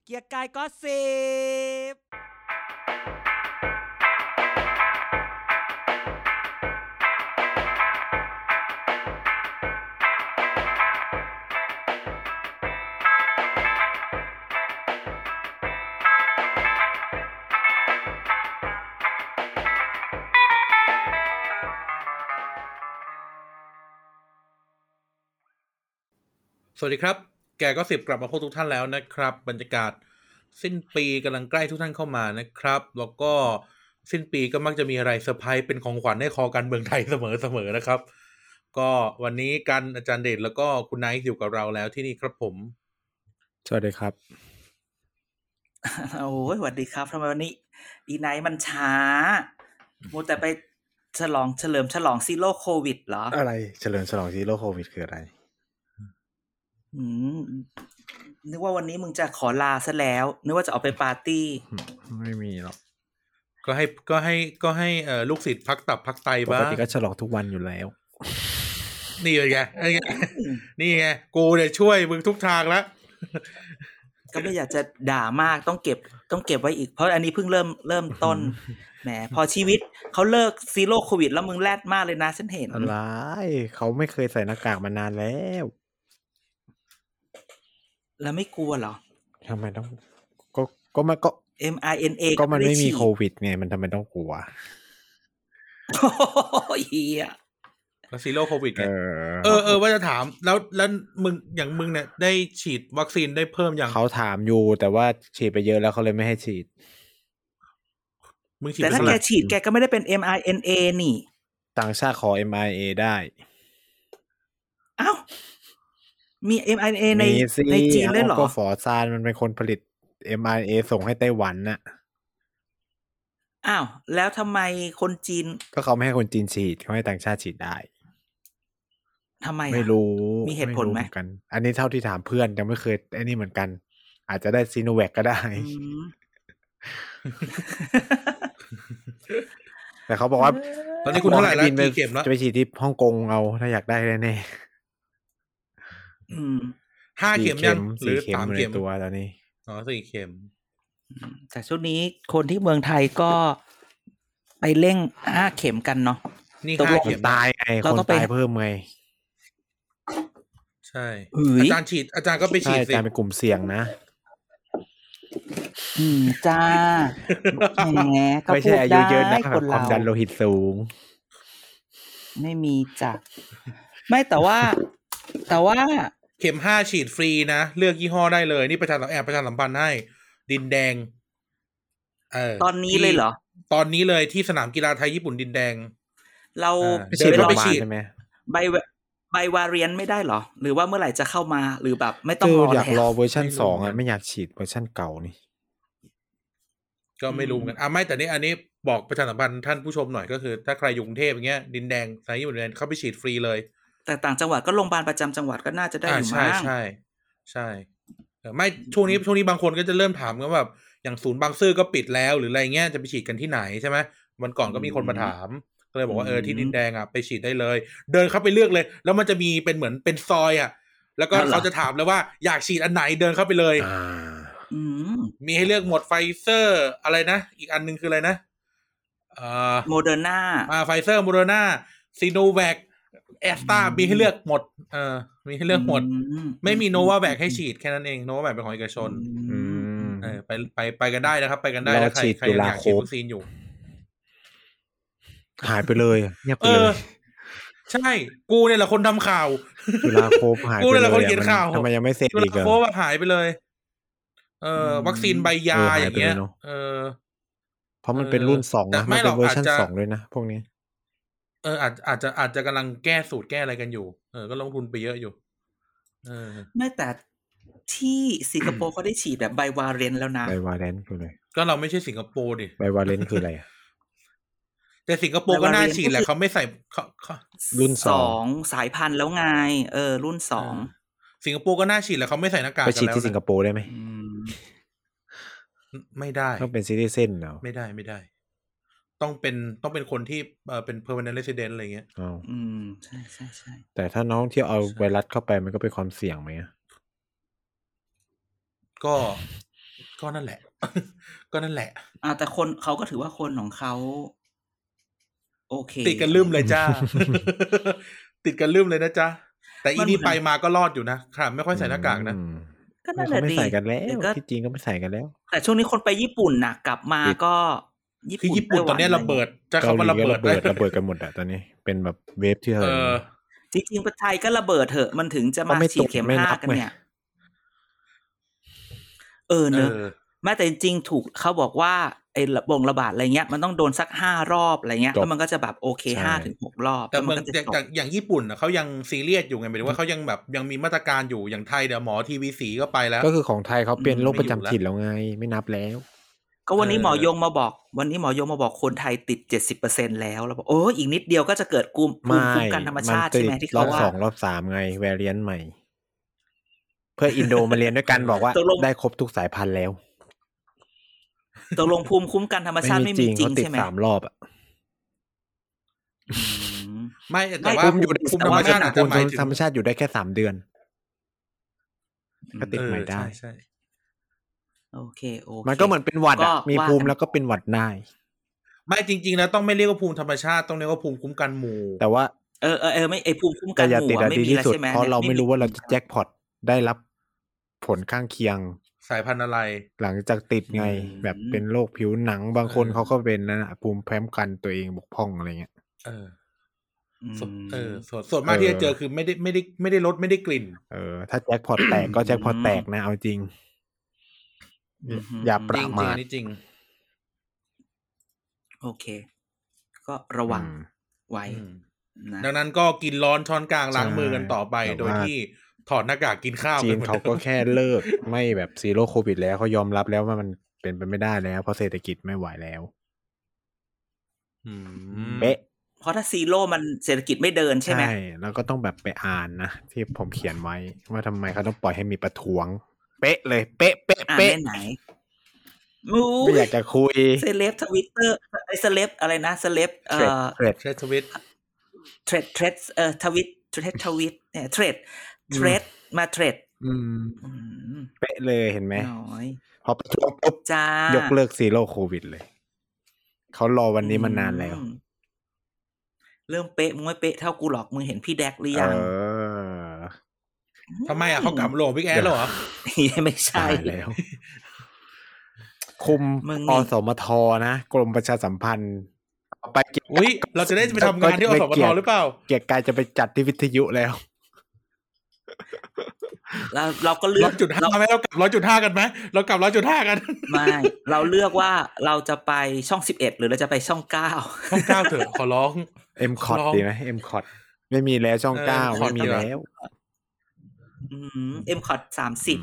กียร์กายก็สิบสวัสดีครับแกก็สิบกลับมาพบทุกท่านแล้วนะครับบรรยากาศสิ้นปีกำลังใกล้ทุกท่านเข้ามานะครับแล้วก็สิ้นปีก็มักจะมีอะไรเซอร์ไพรส์เป็นของขวัญให้คอการเมืองไทยเสมอนะครับก็วันนี้กันอาจารย์เดชแล้วก็คุณไนท์อยู่กับเราแล้วที่นี่ครับผมสวัสดีครับโอ้ยสวัสดีครับทำไมวันนี้อีไนท์มันช้าโมแต่ไปเฉลิมฉลองซีโร่โควิดเหรออะไรเฉลิมฉลองซีโร่โควิดคืออะไรนึกว่าวันนี้มึงจะขอลาซะแล้วนึกว่าจะออกไปปาร์ตี้ไม่มีหรอกก็ให้ลูกศิษย์พักตับพักไตบ้างปกติก็ฉลองทุกวันอยู่แล้วนี่ไงนี่ไงกูเนี่ยช่วยมึงทุกทางแล้วก็ไม่อยากจะด่ามากต้องเก็บไว้อีกเพราะอันนี้เพิ่งเริ่มต้นแหมพอชีวิตเขาเลิกซีโร่โควิดแล้วมึงแรดมากเลยนะฉันเห็นอะไรเขาไม่เคยใส่หน้ากากมานานแล้วแล้วไม่กลัวเหรอทำไมต้องก็มันก็ MRNA ก็มันไม่มีโควิดไงมันทำไมต้องกลัวโอ้ยเหี้ยก็ซีโร่โควิดไงว่าจะถามแล้วมึงอย่างมึงเนี่ยได้ฉีดวัคซีนได้เพิ่มยังเขาถามอยู่แต่ว่าฉีดไปเยอะแล้วเขาเลยไม่ให้ฉีดมึงฉีดแต่ถ้าแกฉีดแกก็ไม่ได้เป็น mRNA นี่ต่างชาติขอ mRNA ได้อ้าวมี mRNA ในจีนด้วยเหรอก็ฝอซานมันเป็นคนผลิต mRNA ส่งให้ไต้หวันน่ะอ้าวแล้วทำไมคนจีนก็เขาไม่ให้คนจีนฉีดเขาให้ต่างชาติฉีดได้ทำไมไม่รู้มีเหตุผลไหมกันอันนี้เท่าที่ถามเพื่อนยังไม่เคยไอ้นี่เหมือนกันอาจจะได้ซีโนแวคก็ได้แต่เขาบอกว่าตอนนี้คุณเท่าไหร่แล้วกี่เข็มแล้วจะไปฉีดที่ฮ่องกงเอาถ้าอยากได้แน่ 5 เข็มยังหรือ3 เข็มตัวตอนนี้ 4 เข็มแต่ช่วงนี้คนที่เมืองไทยก็ไปเร่ง5 เข็มกันเนาะนี่5 เข็มตายไงคนตายเพิ่มไงใช่อาจารย์ก็ไปฉีดสิอาจารย์เป็นกลุ่มเสี่ยงนะจ้าแหมก็ไม่ใช่อายุเยอะนะความดันโลหิตสูงไม่มีจ้ะไม่แต่ว่าเข็ม5ฉีดฟรีนะเลือกยี่ห้อได้เลยนี่ประชาสัมพันธ์ให้ดินแดงตอนนี้เลยเหรอตอนนี้เลยที่สนามกีฬาไทยญี่ปุ่นดินแดงเราเดินไปฉีดใช่ไหมใบวาเรียนไม่ได้เหรอหรือว่าเมื่อไหร่จะเข้ามาหรือแบบไม่ต้องรออยากรอเวอร์ชัน2อ่ะไม่อยากฉีดเวอร์ชันเก่านี่ก็ไม่รู้เหมือนกันไม่แต่นี่อันนี้บอกประชาสัมพันธ์ท่านผู้ชมหน่อยก็คือถ้าใครอยู่กรุงเทพอย่างเงี้ยดินแดงสายญี่ปุ่นดินแดงเข้าไปฉีดฟรีเลยแต่ต่างจังหวัดก็โรงพยาบาลประจำจังหวัดก็น่าจะได้อยู่มั้งใช่ไม่ช่วงนี้บางคนก็จะเริ่มถามกันแบบอย่างศูนย์บางซื่อก็ปิดแล้วหรืออะไรเงี้ยจะไปฉีดกันที่ไหนใช่ไหมวันก่อนก็มีคนมาถามก็เลยบอกว่าที่ดินแดงอ่ะไปฉีดได้เลยเดินเข้าไปเลือกเลยแล้วมันจะมีเป็นเหมือนเป็นซอยอ่ะแล้วก็เขาจะถามเลยว่าอยากฉีดอันไหนเดินเข้าไปเลยมีให้เลือกหมดไฟเซอร์อะไรนะอีกอันนึงคืออะไรนะโมเดอร์นาไฟเซอร์โมเดอร์นาซีโนแวคแอสตรามีให้เลือกหมดมีให้เลือกหมดไม่มีโนวาแวคให้ฉีดแค่นั้นเองโนวาแวคเป็นของเอกชนไปกันได้นะครับไปกันได้ถ้าใครอยากฉีดวัคซีนอยู่หายไปเลยเงียบไปเลยใช่กูเนี่ยแหละคนทำข่าวจุฬาโคฟหายไปเลยกูเนี่ยแหละคนเขียนข่าวทำไมยังไม่เสร็จอีกจุฬาโคฟหายไปเลยวัคซีนใบยาอย่างเงี้ยเพราะมันเป็นรุ่น2นะมันเป็นเวอร์ชัน2ด้วยนะพวกนี้อาจจะกำลังแก้สูตรแก้อะไรกันอยู่ก็ลงทุนไปเยอะอยู่ไม่แต่ที่สิงคโปร์เขาได้ฉีดแบบไบวาเรนแล้วนะไบวาเรนคืออะไรก็เราไม่ใช่สิงคโปร์ดิไบวาเรนคืออะไรแต่สิงคโปร์ก็น่าฉีดแหละเขาไม่ใส่รุ่น 2สายพันธุ์แล้วไงรุ่น2 สิงคโปร์ก็น่าฉีดแหละเขาไม่ใส่หน้ากากกันแล้วไปฉีดที่สิงคโปร์ได้ไหมไม่ได้ต้องเป็นซิติเซนเหรอไม่ได้ต้องเป็นคนที่เป็น permanent resident อะไรเงี้ยใช่แต่ถ้าน้องที่เอาไวรัสเข้าไปมันก็เป็นความเสี่ยงไหมก็ก็นั่นแหละ ก็นั่นแหละแต่คนเขาก็ถือว่าคนของเขาโอเคติดกันลืมเลยจ้า ติดกันลืมเลยนะจ๊ะแต่อีนี่ไปมาก็รอดอยู่นะครับไม่ค่อยใส่หน้ากากนะก็นั่นแหละไม่ดีใส่กันแล้วเดี๋ยวก็ที่จริงก็ไม่ใส่กันแล้วแต่ช่วงนี้คนไปญี่ปุ่นน่ะกลับมาก็ญี่คือปุ่นญี่ปุ่นตอนนี้ระเบิดจะเกาเขาหลีว่าระก็เบิดระเบิดกันหมดอะตอนนี้เป็นแบบเวฟที่เท่าไหร่จริงๆประเทศไทยก็ระเบิดเถอะมันถึงจะมาเขาไม่ฉีดเข็มไม่นับ 5กันเนี่ยเนอะแม้แต่จริงๆถูกเขาบอกว่าไอ้ระบาดอะไรเงี้ยมันต้องโดนสัก5 รอบอะไรเงี้ยแล้วมันก็จะแบบโอเค5 ถึง 6 รอบแต่เมืองก็จะจบอย่างญี่ปุ่นเขายังซีเรียสอยู่ไงหมายถึงว่าเขายังแบบยังมีมาตรการอยู่อย่างไทยเดี๋ยวหมอทีวีสีก็ไปแล้วก็คือของไทยเขาเป็นโรคประจำถิ่นแล้วไงไม่นับแล้วก็วันนี้หมอยงมาบอกคนไทยติด 70% แล้วบอกโอ้อีกนิดเดียวก็จะเกิดภูมิคุ้มกันธรรมชาติใช่ไหมที่เขาว่ารอบ2รอบ3ไงแวริแอนต์ใหม่เพื่ออินโดมาเรียนด้วยกันบอกว่าได้ครบทุกสายพันธุ์แล้วตกลงภูมิคุ้มกันธรรมชาติไม่มีจริงใช่ไหม 3 รอบอ่ะไม่แต่ว่าภูมิธรรมชาติธรรมชาติอยู่ได้แค่3 เดือนก็ติดใหม่ได้ใช่โอเคมันก็เหมือนเป็นหวัดอ่ะมีภูมิแล้วก็เป็นหวัดได้ไม่จริงๆแล้วต้องไม่เรียกว่าภูมิธรรมชาติต้องเรียกว่าภูมิคุ้มกันหมู่แต่ว่าไม่ไอภูมิคุ้มกันหมู่ไม่มีแล้วใช่ไหมเพราะเราไม่รู้ว่าเราจะแจ็คพอตได้รับผลข้างเคียงสายพันธุ์อะไรหลังจากติดไงแบบเป็นโรคผิวหนังบางคนเขาก็เป็นนะภูมิแพ้กันตัวเองบกพร่องอะไรเงี้ยส่วนมากที่จะเจอคือไม่ได้รสไม่ได้กลิ่นถ้าแจ็คพอตแตกก็แจ็คพอตแตกนะเอาจริงอย่าประมาทจริงโอเคก็ระวังไว้นะดังนั้นก็กินร้อนช้อนกลางล้างมือกันต่อไปโดยที่ถอดหน้ากากกินข้าวจีนเขาก็แค่เลิกไม่แบบซีโร่โควิดแล้วเขายอมรับแล้วว่ามันเป็นไปไม่ได้แล้วเพราะเศรษฐกิจไม่ไหวแล้วเป๊ะเพราะถ้าซีโร่มันเศรษฐกิจไม่เดินใช่ไหมใช่แล้วก็ต้องแบบไปอ่านนะที่ผมเขียนไว้ว่าทำไมเขาต้องปล่อยให้มีประท้วงเป๊ะเลยเป๊ะเป๊ะเป๊ะไหนไม่อยากจะคุยเซเลบทวิตเตอร์ไอ้เซเลบอะไรนะเซเลบเทรดทวิตทวิตเนี่ยเทรดมาเทรดเป๊ะเลยเห็นไหมพอประท้วงปุ๊บยกเลิกซีโร่โควิดเลยเขารอวันนี้มานานแล้วเริ่มเป๊ะมึงไม่เป๊ะเท่ากูหรอกมึงเห็นพี่แดกหรือยังทำไมเขากลับโหลบิ๊กแอดหรอไม่ใช่แล้วคุมอสมทนะกรมประชาสัมพันธ์ไปเราจะได้ไปทำงานที่อสมทหรือเปล่าเกียรติกายจะไปจัดที่วิทยุแล้วเราก็เลือก 100.5ไหมเรากลับ 100.5 กันไหมเรากลับ 100.5 กันไม่เราเลือกว่าเราจะไปช่อง11หรือเราจะไปช่อง9 ช่อง9เถอะขอร้อง M-Cot ดีไหม M-Cot ไม่มีแล้วช่อง9ไม่มีแล้ว M-Cot 30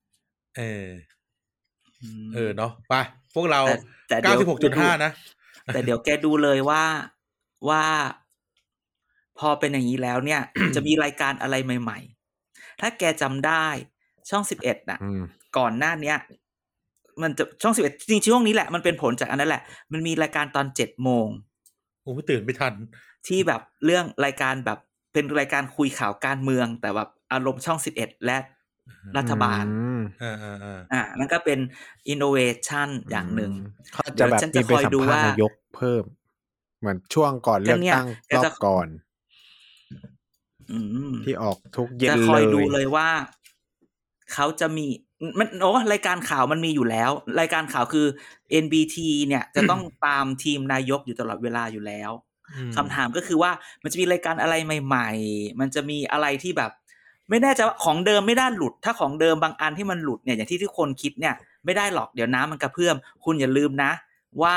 เนาะไปพวกเรา 96.5 นะแต่เดี๋ยวแกดูเลยว่าพอเป็นอย่างนี้แล้วเนี่ย จะมีรายการอะไรใหม่ๆถ้าแกจำได้ช่อง11น่ะก่อนหน้านี้มันจะช่อง11จริงๆช่วงนี้แหละมันเป็นผลจากอันนั้นแหละมันมีรายการตอน 7:00 นโอ้ตื่นไม่ทันที่แบบเรื่องรายการแบบเป็นรายการคุยข่าวการเมืองแต่แบบอารมณ์ช่อง11และรัฐบาลนั่นก็เป็น innovation อย่างหนึ่งเขาจะแบบมีไปสัมภาษณ์นายกเพิ่มเหมือนช่วงก่อนเลือกตั้งรอบก่อนที่ออกทุกเย็นเลยจะคอยดูเลยว่าเขาจะมีมันรายการข่าวมันมีอยู่แล้วรายการข่าวคือ NBT เนี่ยจะต้องตามทีมนายกอยู่ตลอดเวลาอยู่แล้วคำถามก็คือว่ามันจะมีรายการอะไรใหม่ๆมันจะมีอะไรที่แบบไม่แน่ใจว่าของเดิมไม่ได้หลุดถ้าของเดิมบางอันที่มันหลุดเนี่ยอย่างที่ทุกคนคิดเนี่ยไม่ได้หรอกเดี๋ยวน้ำมันกระเพื่อมคุณอย่าลืมนะว่า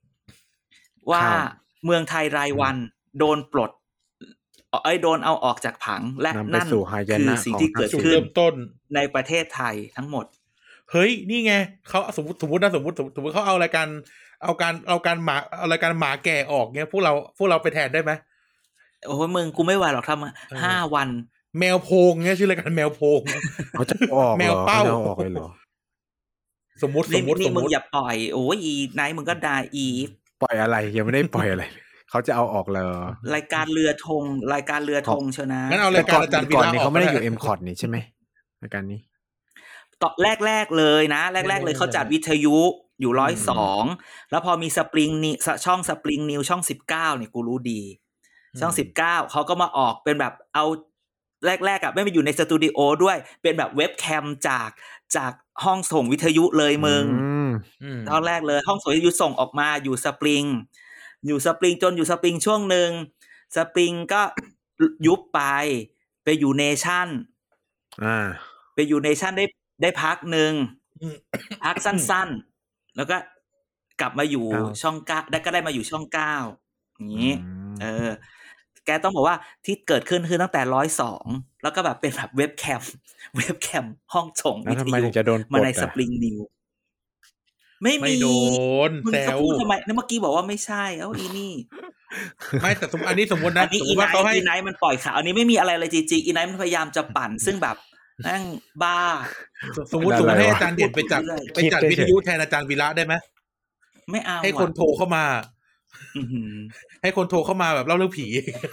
เมืองไทยรายวันโดนปลดโดนเอาออกจากผังและนั่นคือสิ่งที่เกิดขึ้นในประเทศไทยทั้งหมดเฮ้ยนี่ไงเขาสมมติเขาเอารายการเอาการหมาแก่ออกเงี้ยพวกเราไปแทนได้ไหมโอ้ยมึงกูไม่ไหวหรอกทำ5 วันแมวโพงเงี้ยชื่อรายการแมวโพงเขาจะออกแมวเป้าออกเลยเหรอสมมติมึงอย่าปล่อยโอ้ยอีไนท์มึงก็ด่าอีปล่อยอะไรยังไม่ได้ปล่อยอะไรเขาจะเอาออกเลยรายการเรือธงเชียวนะงั้นเอารายการอาจารย์วิระออกเขาไม่ได้อยู่ M-Cot นี่ใช่ไหมรายการนี้ตอนแรกๆเลยนะแรกๆเลยเขาจัดวิทยุอยู่102แล้วพอมีสปริงนี่ช่องสปริงนิวช่อง19เนี่ยกูรู้ดีช่อง19เขาก็มาออกเป็นแบบเอาแรกๆอ่ะไม่มาอยู่ในสตูดิโอด้วยเป็นแบบเว็บแคมจากห้องส่งวิทยุเลยมึงตอนแรกเลยห้องส่งวิทยุส่งออกมาอยู่สปริงจนอยู่สปริงช่วงนึงสปริงก็ยุบไปอยู่เนชั่นไปอยู่เนชั่นได้พักนึงพักสั้นๆแล้วก็กลับมาอยู่ช่อง9ได้มาอยู่ช่อง9อย่างนี้แกต้องบอกว่าที่เกิดขึ้นคือตั้งแต่102แล้วก็แบบเป็นแบบเว็บแคมห้องส่งวิทยุมาในสปริงนิวไม่โดนมึงจะพูดทำไมเมื่อกี้บอกว่าไม่ใช่อีนี่ไม่แต่อันนี้สมมตินะสมมติว่าเขาให้อีไนท์มันปล่อยข่าวอันนี้ไม่มีอะไรเลยจริงๆอีไนท์มันพยายามจะปั่นซึ่งแบบนั่งบ้าสมมติให้อาจารย์เด่นไปจัดวิทยุแทนอาจารย์วีระได้ไหมไม่เอาให้คนโทรเข้ามาให้คนโทรเข้ามาแบบเล่าเรื่องผี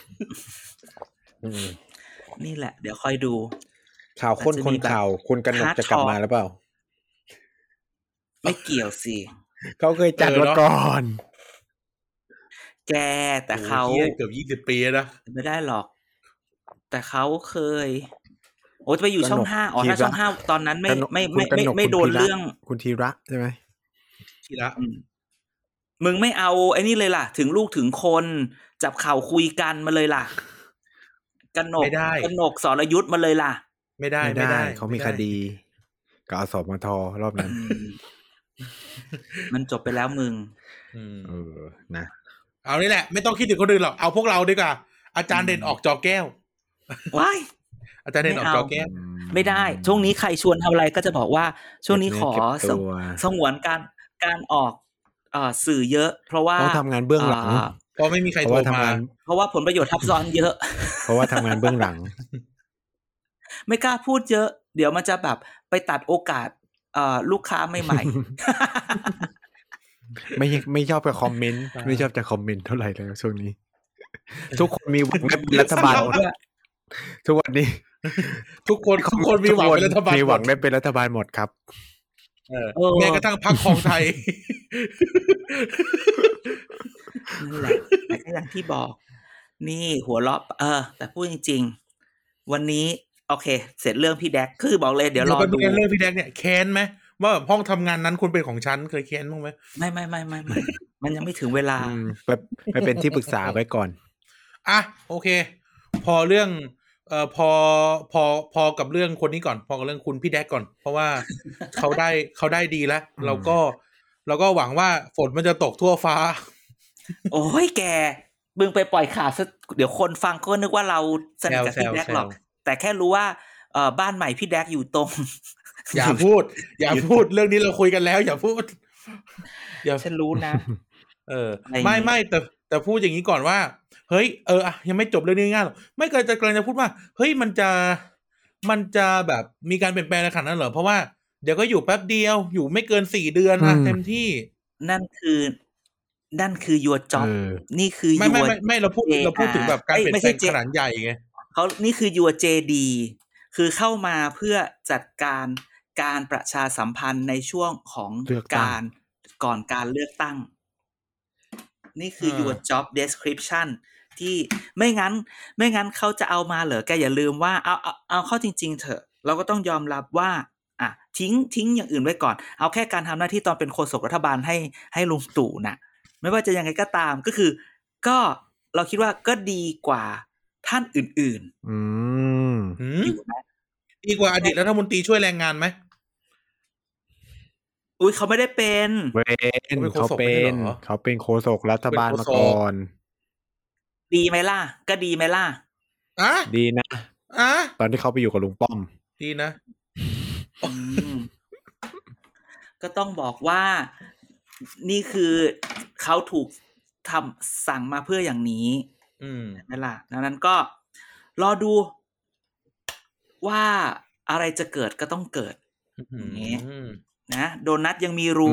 นี่แหละเดี๋ยวค่อยดูข่าวคนข่าวคุณกนกจะกลับมาหรือเปล่าไม่เกี่ยวสิเขาเคยจัดมาก่อนแกแต่เขาเกือบ20 ปีนะไม่ได้หรอกแต่เขาเคยจะไปอยู่ช่อง5ถ้าช่อง5ตอนนั้นไม่โดนเรื่องคุณธีระใช่ไหมธีระมึงไม่เอาไอ้นี่เลยล่ะถึงลูกถึงคนจับข่าวคุยกันมาเลยล่ะกนกสรยุทธมาเลยล่ะไม่ได้เขามีคดีกับอสมทรอบนั้นมันจบไปแล้วมึงนะเอานี่แหละไม่ต้องคิดถึงคนอื่นหรอกเอาพวกเราดีกว่าอาจารย์เด่นออกจอแก้วว้ายอาจารย์เด่นออกจอแก้วไม่ได้ช่วงนี้ใครชวนทำอะไรก็จะบอกว่าช่วงนี้ขอสงวนการออกสื่อเยอะเพราะว่าเขาทำงานเบื้องหลังเพราะไม่มีใครโทรมาเพราะว่าผลประโยชน์ทับซ้อนเยอะเพราะว่าทำงานเบื้องหลังไม่กล้าพูดเยอะเดี๋ยวมันจะแบบไปตัดโอกาสลูกค้าใหม่ๆไม่ชอบไปคอมเมนต์ไม่ชอบจะคอมเมนต์เท่าไหร่เลยช่วงนี้ทุกคนมีหวังได้เป็นรัฐบาลทุกวันนี้ทุกคนมีหวังเป็นรัฐบาลมีหวังได้เป็นรัฐบาลหมดครับแม้กระทั่งพรรคของไทยนั่นแหละแต่ก็อย่างที่บอกนี่หัวเราะแต่พูดจริงๆวันนี้โอเคเสร็จเรื่องพี่แดกคือบอกเลยเดี๋ยวรอดูเรื่องพี่แดกเนี่ยแค้นไหมว่าแบบห้องทำงานนั้นคุณเป็นของฉันเคยแค้นบ้างไหมไม่มันยังไม่ถึงเวลาไปเป็นที่ปรึกษาไว้ก่อนโอเคพอเรื่องพอกับเรื่องคนนี้ก่อนพอกับเรื่องคุณพี่แดกก่อนเพราะว่าเขาได้ดีแล้วเราก็หวังว่าฝนมันจะตกทั่วฟ้าโอ้ยแกมึงไปปล่อยข่าวซะเดี๋ยวคนฟังก็นึกว่าเราสนิทกับพี่แดกหรอกแต่แค่รู้ว่าบ้านใหม่พี่แดกอยู่ตรงอย่าพูดเรื่องนี้เราคุยกันแล้วอย่าพูดฉันรู้นะไม่แต่พูดอย่างนี้ก่อนว่าเฮ้ยยังไม่จบเรื่องนี้ง่ายหรอกไม่เคยจะกำลังจะพูดว่าเฮ้ยมันจะแบบมีการเปลี่ยนแปลงในขนาดนั้นเหรอเพราะว่าเดี๋ยวก็อยู่แป๊บเดียวอยู่ไม่เกิน4 เดือนเต็มที่นั่นคือ your job นี่คือไม่เราพูดถึงแบบการเปลี่ยนแปลงขนาดใหญ่ไงนี่คือ your JD คือเข้ามาเพื่อจัดการประชาสัมพันธ์ในช่วงของก่อนการเลือกตั้งนี่คือ your job description ที่ไม่งั้นเขาจะเอามาเหรอแกอย่าลืมว่าเอาเข้าจริงๆเถอะเราก็ต้องยอมรับว่าทิ้งอย่างอื่นไว้ก่อนเอาแค่การทำหน้าที่ตอนเป็นโฆษกรัฐบาลให้ลุงตู่น่ะไม่ว่าจะยังไงก็ตามก็เราคิดว่าก็ดีกว่าท่านอื่นๆอยู่นะดีกว่าอดีตรัฐมนตรีช่วยแรงงานไหมเขาไม่ได้เป็นเขาเป็นโฆษกรัฐบาลมาก่อนดีไหมล่ะก็ดีไหมล่ะดีนะตอนที่เขาไปอยู่กับลุงป้อมดีนะก็ต้องบอกว่านี่คือเขาถูกสั่งมาเพื่ออย่างนี้นั่นแหละดังนั้นก็รอดูว่าอะไรจะเกิดก็ต้องเกิดอย่างนี้นะโดนัทยังมีรู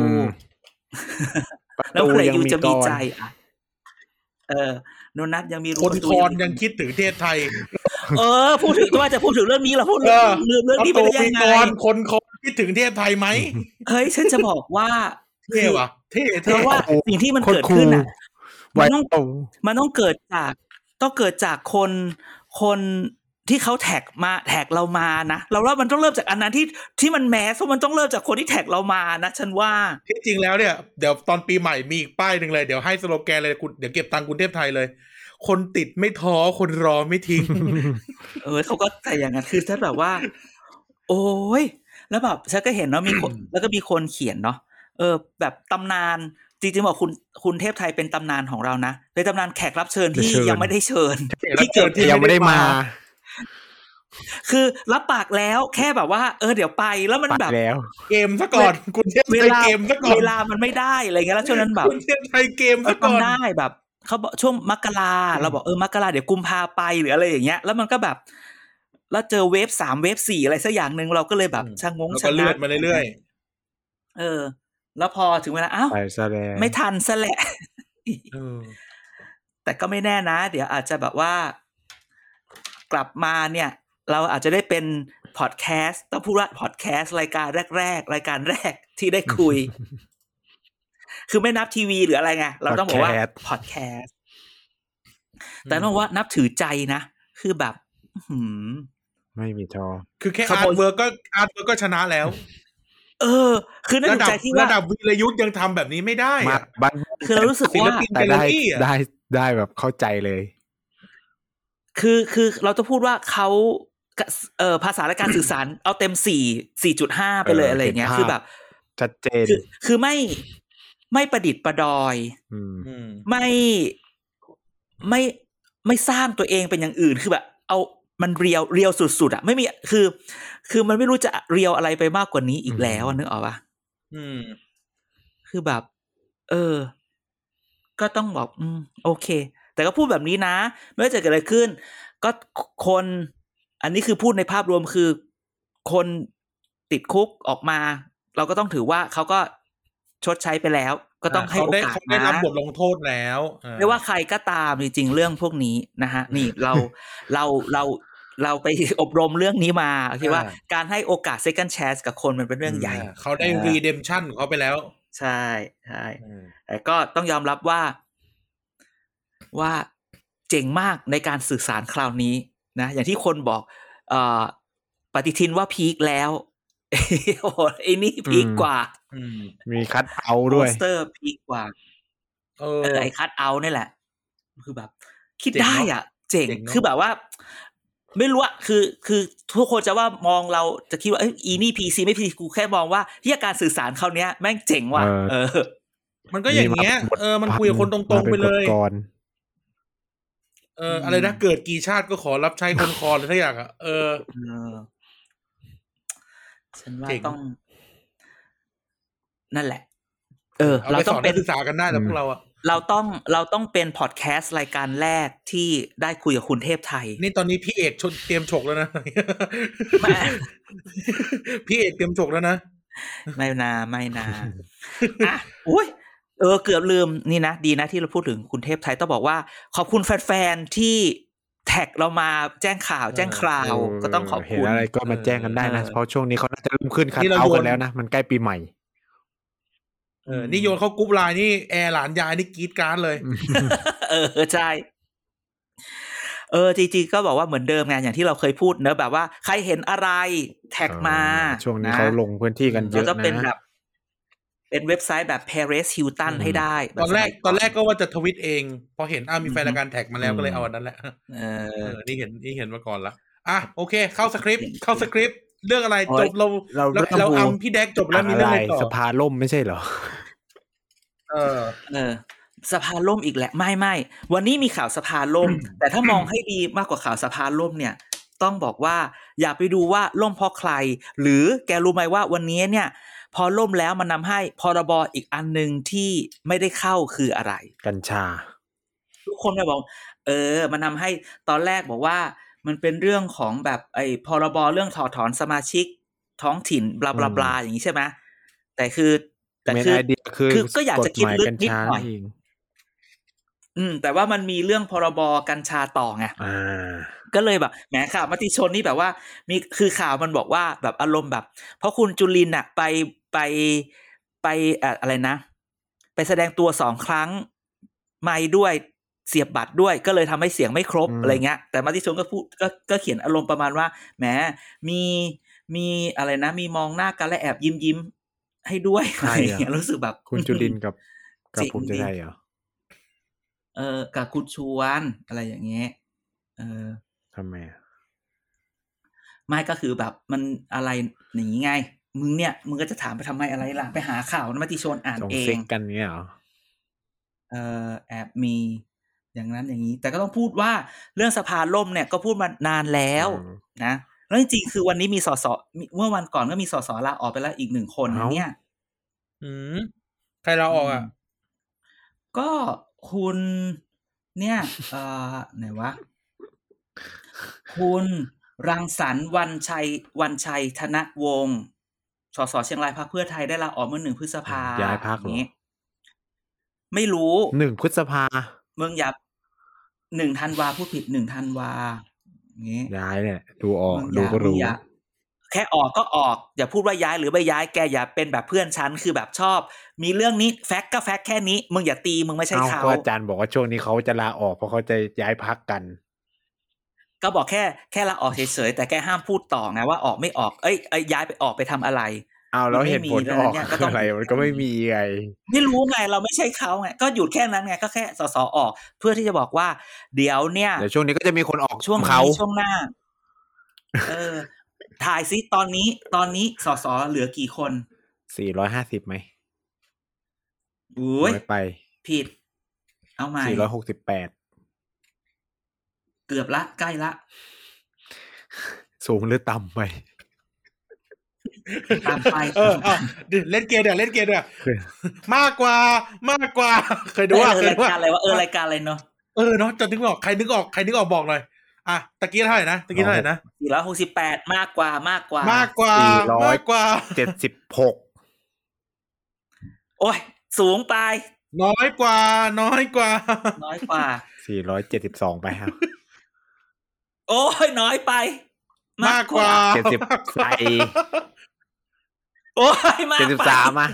แล้วใครอยู่จะมีใจโดนัทยังมีรูคนคอนยังคิดถึงประเทศไทยพูดถึงว่าจะพูดถึงเรื่องนี้เหรอพูดลืมเรื่องนี้ไปได้ยังไงคนคิดถึงเทพไทยไหมเฮ้ยฉันจะบอกว่าเท่ว่ะเท่เพราะว่าสิ่งที่มันเกิดขึ้นอ่ะมันต้องเกิดจากคนที่เขาแท็กเรามานะเราว่ามันต้องเริ่มจากอันนั้นที่มันแมสเพราะมันต้องเริ่มจากคนที่แท็กเรามานะฉันว่าที่จริงแล้วเนี่ยเดี๋ยวตอนปีใหม่มีอีกป้ายนึงเลยเดี๋ยวให้สโลแกนเลยเดี๋ยวเก็บตังค์กรุงเทพไทยเลยคนติดไม่ท้อคนรอไม่ทิ้งเขาก็ใส่อย่างนั้นคือฉันแบบว่าโอ้ยแล้วแบบฉันก็เห็นเนาะมีคนแล้วก็มีคนเขียนเนาะแบบตำนานจริงๆบอกคุณเทพไทยเป็นตำนานของเรานะเป็นตำนานแขกรับเชิญที่ยังไม่ได้เชิญที่เกิดที่ยังไม่ได้มาคือรับปากแล้วแค่แบบว่าเดี๋ยวไปแล้วมันแบบเกมซะก่อนคุณเทพไทยเกมซะก่อนเวลามันไม่ได้อะไรเงี้ยแล้วช่วงนั้นแบบคุณเทพไทยเกมซะก่อนได้แบบเขาบอกช่วงมกราเราบอกมกราเดี๋ยวกุมภาไปหรืออะไรอย่างเงี้ยแล้วมันก็แบบแล้วเจอเวฟ3เวฟ4อะไรสักอย่างนึงเราก็เลยแบบชะงงชะงักเลื่อนมาเรื่อยๆแล้วพอถึงเวลาอ้าวไม่ทันซะแหละแต่ก็ไม่แน่นะเดี๋ยวอาจจะแบบว่ากลับมาเนี่ยเราอาจจะได้เป็นพอดแคสต์ต้องพูดว่าพอดแคสต์รายการแรกที่ได้คุย คือไม่นับทีวีหรืออะไรไงเราต้องบอกว่าพอดแคสต์แต่ต้องว่านับถือใจนะคือแบบไม่มีทอคือแค่อาร์ตเวิร์กก็ชนะแล้วคือในใจที่ว่าระดับวีรยุทธ์ยังทำแบบนี้ไม่ได้คือเรารู้สึกว่าแต่ได้แบบเข้าใจเลยคือเราจะพูดว่าเขาภาษาและการสื่อสารเอาเต็ม4.5ไปเลยอะไรอย่างเงี้ยคือแบบชัดเจนคือไม่ประดิษฐ์ประดอยไม่สร้างตัวเองเป็นอย่างอื่นคือแบบเอามันเรียวสุดๆอ่ะไม่มีคือมันไม่รู้จะเรียวอะไรไปมากกว่านี้อีกแล้วนึกออกป่ะคือแบบก็ต้องบอกโอเคแต่ก็พูดแบบนี้นะไม่ว่าจะเกิดอะไรขึ้นก็คนอันนี้คือพูดในภาพรวมคือคนติดคุกออกมาเราก็ต้องถือว่าเขาก็ชดใช้ไปแล้วก็ต้องให้โอกาสนะได้รับบทลงโทษแล้วไม่ว่าใครก็ตามจริงๆเรื่องพวกนี้นะฮะนี่เราไปอบรมเรื่องนี้มาคิดว่าการให้โอกาส second chance กับคนมันเป็นเรื่องใหญ่เขาได้ redemption ของเขาไปแล้วใช่แต่ก็ต้องยอมรับว่าเจ๋งมากในการสื่อสารคราวนี้นะอย่างที่คนบอกปฏิทินว่าพีคแล้วโอ้ไอ้นี่พีคกว่ามีคัทเอาท์ด้วยโปสเตอร์พีคกว่าไอ้คัทเอาท์นี่แหละคือแบบคิดได้อ่ะเจ๋งคือแบบว่าไม่รู้อะคือทุกคนจะว่ามองเราจะคิดว่าอีนี่ PC ไม่ PC กูแค่มองว่าที่การสื่อสารคราวนี้แม่งเจ๋งว่ะมันก็อย่างเงี้ยมันคุยกับคนตรงๆไปเลยอะไรนะเกิดกี่ชาติก็ขอรับใช้คนคอเลยทุกอย่างอ่ะฉันว่าต้องนั่นแหละเราต้องเป็นศึกษากันได้แล้วพวกเราอ่ะเราต้องเป็นพอดแคสต์รายการแรกที่ได้คุยกับคุณเทพไทยนี่ตอนนี้พี่เอกเตรียมฉกแล้วนะพี่เอกเตรียมฉกแล้วนะไม่นาอ่ะอุ้ยเกือบลืมนี่นะดีนะที่เราพูดถึงคุณเทพไทยต้องบอกว่าขอบคุณแฟนๆที่แท็กเรามาแจ้งข่าวแจ้งคราวก็ต้องขอบคุณอะไรก็มาแจ้งกันได้นะเพราะช่วงนี้เขาน่าจะเริ่มขึ้นคัทเอาท์กันแล้วนะมันใกล้ปีใหม่นี่โยนเข้ากรุ๊ปไลน์นี่แอร์หลานยายนี่กรี๊ดกราดเลยใช่จริงๆก็บอกว่าเหมือนเดิมไงอย่างที่เราเคยพูดเนอะแบบว่าใครเห็นอะไรแท็กมาช่วงนี้เขาลงพื้นที่กันเยอะนะก็เป็นแบบเป็นเว็บไซต์แบบ Paris Hilton ให้ได้ตอนแรกก็ว่าจะทวิตเองพอเห็นมีแฟนรายการแท็กมาแล้วก็เลยเอาอันนั้นแหละนี่เห็นมาก่อนละโอเคเข้าสคริปต์เรื่องอะไรจบเราพี่แดกจบแล้วมีเรื่องอะไรต่อสภาล่มไม่ใช่เหรอสภาล่มอีกแหละไม่วันนี้มีข่าวสภาล่ม แต่ถ้ามองให้ดีมากกว่าข่าวสภาล่มเนี่ยต้องบอกว่าอย่าไปดูว่าล่มเพราะใครหรือแกรู้ไหมว่าวันนี้เนี่ยพอล่มแล้วมันนำให้พรบอีกอันนึงที่ไม่ได้เข้าคืออะไรกัญชาทุกคนก็บอกมันนำให้ตอนแรกบอกว่ามันเป็นเรื่องของแบบไอ้พรบเรื่องถอดถอนสมาชิกท้องถิ่นบลาบลาบลาอย่างนี้ใช่ไหมแต่คือก็อยากจะคิดลึกนิดหน่อยแต่ว่ามันมีเรื่องพรบกัญชาต่อไงก็เลยแบบแหมข่าวมติชนนี่แบบว่ามีคือข่าวมันบอกว่าแบบอารมณ์แบบเพราะคุณจุลินทร์ไปอะไรนะไปแสดงตัว2 ครั้งไมค์ด้วยเสียบบัตรด้วยก็เลยทำให้เสียงไม่ครบอะไรเงี้ยแต่มติชนก็พูดก็เขียนอารมณ์ประมาณว่าแหมมีอะไรนะมีมองหน้ากันและแอบยิ้มให้ด้วยอะไรอย่างเงี้ยรู้สึกแบบคุณจุลินกับภูมิใจไทยเหรอกับคุณชวนอะไรอย่างเงี้ยทำไมไม่ก็คือแบบมันอะไรอย่างงี้ไงมึงก็จะถามไปทำไมอะไรล่ะไปหาข่าวมติชนอ่านเองส่งเซ็กกันเงี้ยเหรอแอบมีอย่างนั้นอย่างนี้แต่ก็ต้องพูดว่าเรื่องสภาล่มเนี่ยก็พูดมานานแล้วนะแล้วจริงๆคือวันนี้มีสสเมื่อวันก่อนก็มีสสลาออกไปแล้วอีก1 คนเนี่ยใครลาออกอ่ะก็คุณเนี่ยไหนวะคุณรังสรรค์วันชัยธนวงศ์สสเชียงรายพรรคเพื่อไทยได้ลาออกเมื่อ1 พฤษภาคมย้ายพรรคเหรอไม่รู้ 1 พฤษภามึงอย่า1 ธันวาพูดผิด1 ธันวางี้ย้ายเนี่ยดูออกดูก็รู้แค่ออกก็ออกอย่าพูดว่าย้ายหรือไม่ย้ายแกอย่าเป็นแบบเพื่อนฉันคือแบบชอบมีเรื่องนี้แฟกต์ก็แฟกต์แค่นี้มึงอย่าตีมึงไม่ใช่เขาอาจารย์บอกว่าช่วงนี้เขาจะลาออกเพราะเขาจะย้ายพรรคกันก็บอกแค่ลาออกเฉยๆแต่แกห้ามพูดต่อไงว่าออกไม่ออกย้ายไปออกไปทำอะไรแล้วเหตุผลออกอะไรมันก็ไม่มีไงไม่รู้ไงเราไม่ใช่เขาไงก็หยุดแค่นั้นไงก็แค่สสออกเพื่อที่จะบอกว่าเดี๋ยวช่วงนี้ก็จะมีคนออกช่วงหน้าถ่ายซิตอนนี้สสเหลือกี่คน 450มั้ยอุ้ยไปผิดเอาใหม่ 468 เกือบละใกล้ละสูงหรือต่ำไปตามไปเล่นเกมเดี๋ยวมากกว่าเคยดูว่ารายการอะไรวะรายการอะไรเนาะเนาะจะนึกออกใครนึกออกบอกหน่อยตะกี้เท่าไหร่นะ 468มากกว่า 476 โอ้ยสูงไปน้อยกว่า 472ไปครับโอ้ยน้อยไปมากกว่า 70ไปโอ้ยมากไป73อ่ะ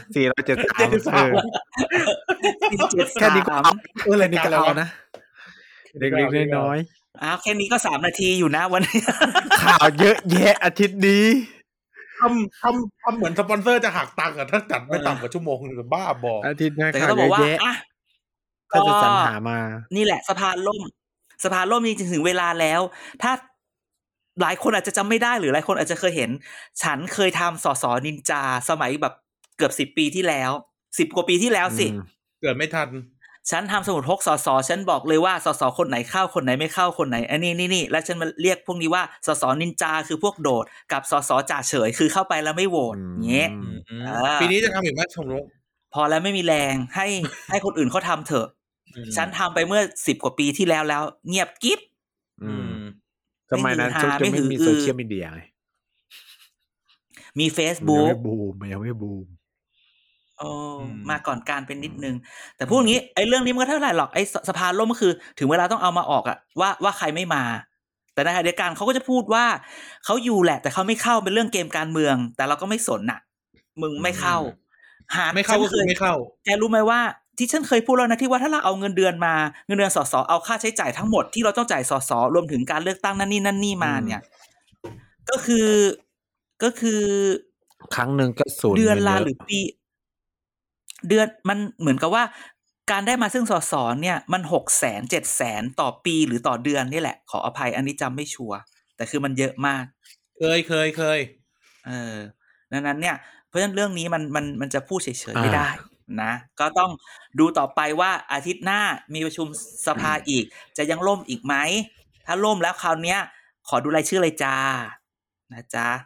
473แค่นี้ก็อะไรนี่ก็เอานะเล็กๆน้อยแค่นี้ก็3 นาทีอยู่นะวันนี้ข่าวเยอะแยะอาทิตย์นี้ทำเหมือนสปอนเซอร์จะหักตังค์ถ้าจัดไม่ต่ำกว่าชั่วโมงนึงบ้าบออาทิตย์หน้าแต่ก็บอกว่าก็จะสรรหามานี่แหละสภาล่มนี่ถึงเวลาแล้วถ้าหลายคนอาจจะจำไม่ได้หรือหลายคนอาจจะเคยเห็นฉันเคยทำสสนินจาสมัยแบบเกือบ10 ปีที่แล้ว10 กว่าปีที่แล้วสิเกิดไม่ทันฉันทำสมุดพกสสฉันบอกเลยว่าสสคนไหนเข้าคนไหนไม่เข้าคนไหนอันนี้แล้วฉันมาเรียกพวกนี้ว่าสสนินจาคือพวกโดดกับสสจ่าเฉยคือเข้าไปแล้วไม่โหวตเงี้ยปีนี้จะทำอีกไหมสมรสพอแล้วไม่มีแรงให้คนอื่นเขาทำเถอะฉันทำไปเมื่อ10 กว่าปีที่แล้วเงียบกิ๊บสมัยนั้นจะไม่มีโซเชียลมีเดียไงมี Facebook ยังไม่บูมมาก่อนการเป็นนิดนึงแต่พวกนี้ไอ้เรื่องนี้มันก็เท่าไหร่หรอกไอ้สภาล่มก็คือถึงเวลาต้องเอามาออกอะว่าใครไม่มาแต่ในขณะเดียวกันเขาก็จะพูดว่าเขาอยู่แหละแต่เขาไม่เข้าเป็นเรื่องเกมการเมืองแต่เราก็ไม่สนน่ะมึงไม่เข้าไม่เข้าก็คือไม่เข้าแกรู้ไหมว่าที่ฉันเคยพูดแล้วนะที่ว่าถ้าเราเอาเงินเดือนสสเอาค่าใช้จ่ายทั้งหมดที่เราต้องจ่ายสสรวมถึงการเลือกตั้งนั่นนี่มาเนี่ยก็คือครั้งนึงก็สูญเดือนละหรือปีเดือนมันเหมือนกับว่าการได้มาซึ่งสสเนี่ยมัน600,000 700,000ต่อปีหรือต่อเดือนนี่แหละขออภัยอันนี้จำไม่ชัวร์แต่คือมันเยอะมากเคยดังนั้นเนี่ยเพราะฉะนั้นเรื่องนี้มันจะพูดเฉยๆไม่ได้นะก็ต้องดูต่อไปว่าอาทิตย์หน้ามีประชุมสภาอีกจะยังล่มอีกไหมถ้าล่มแล้วคราวนี้ขอดูรายชื่อเลยจ้านะจ๊ะ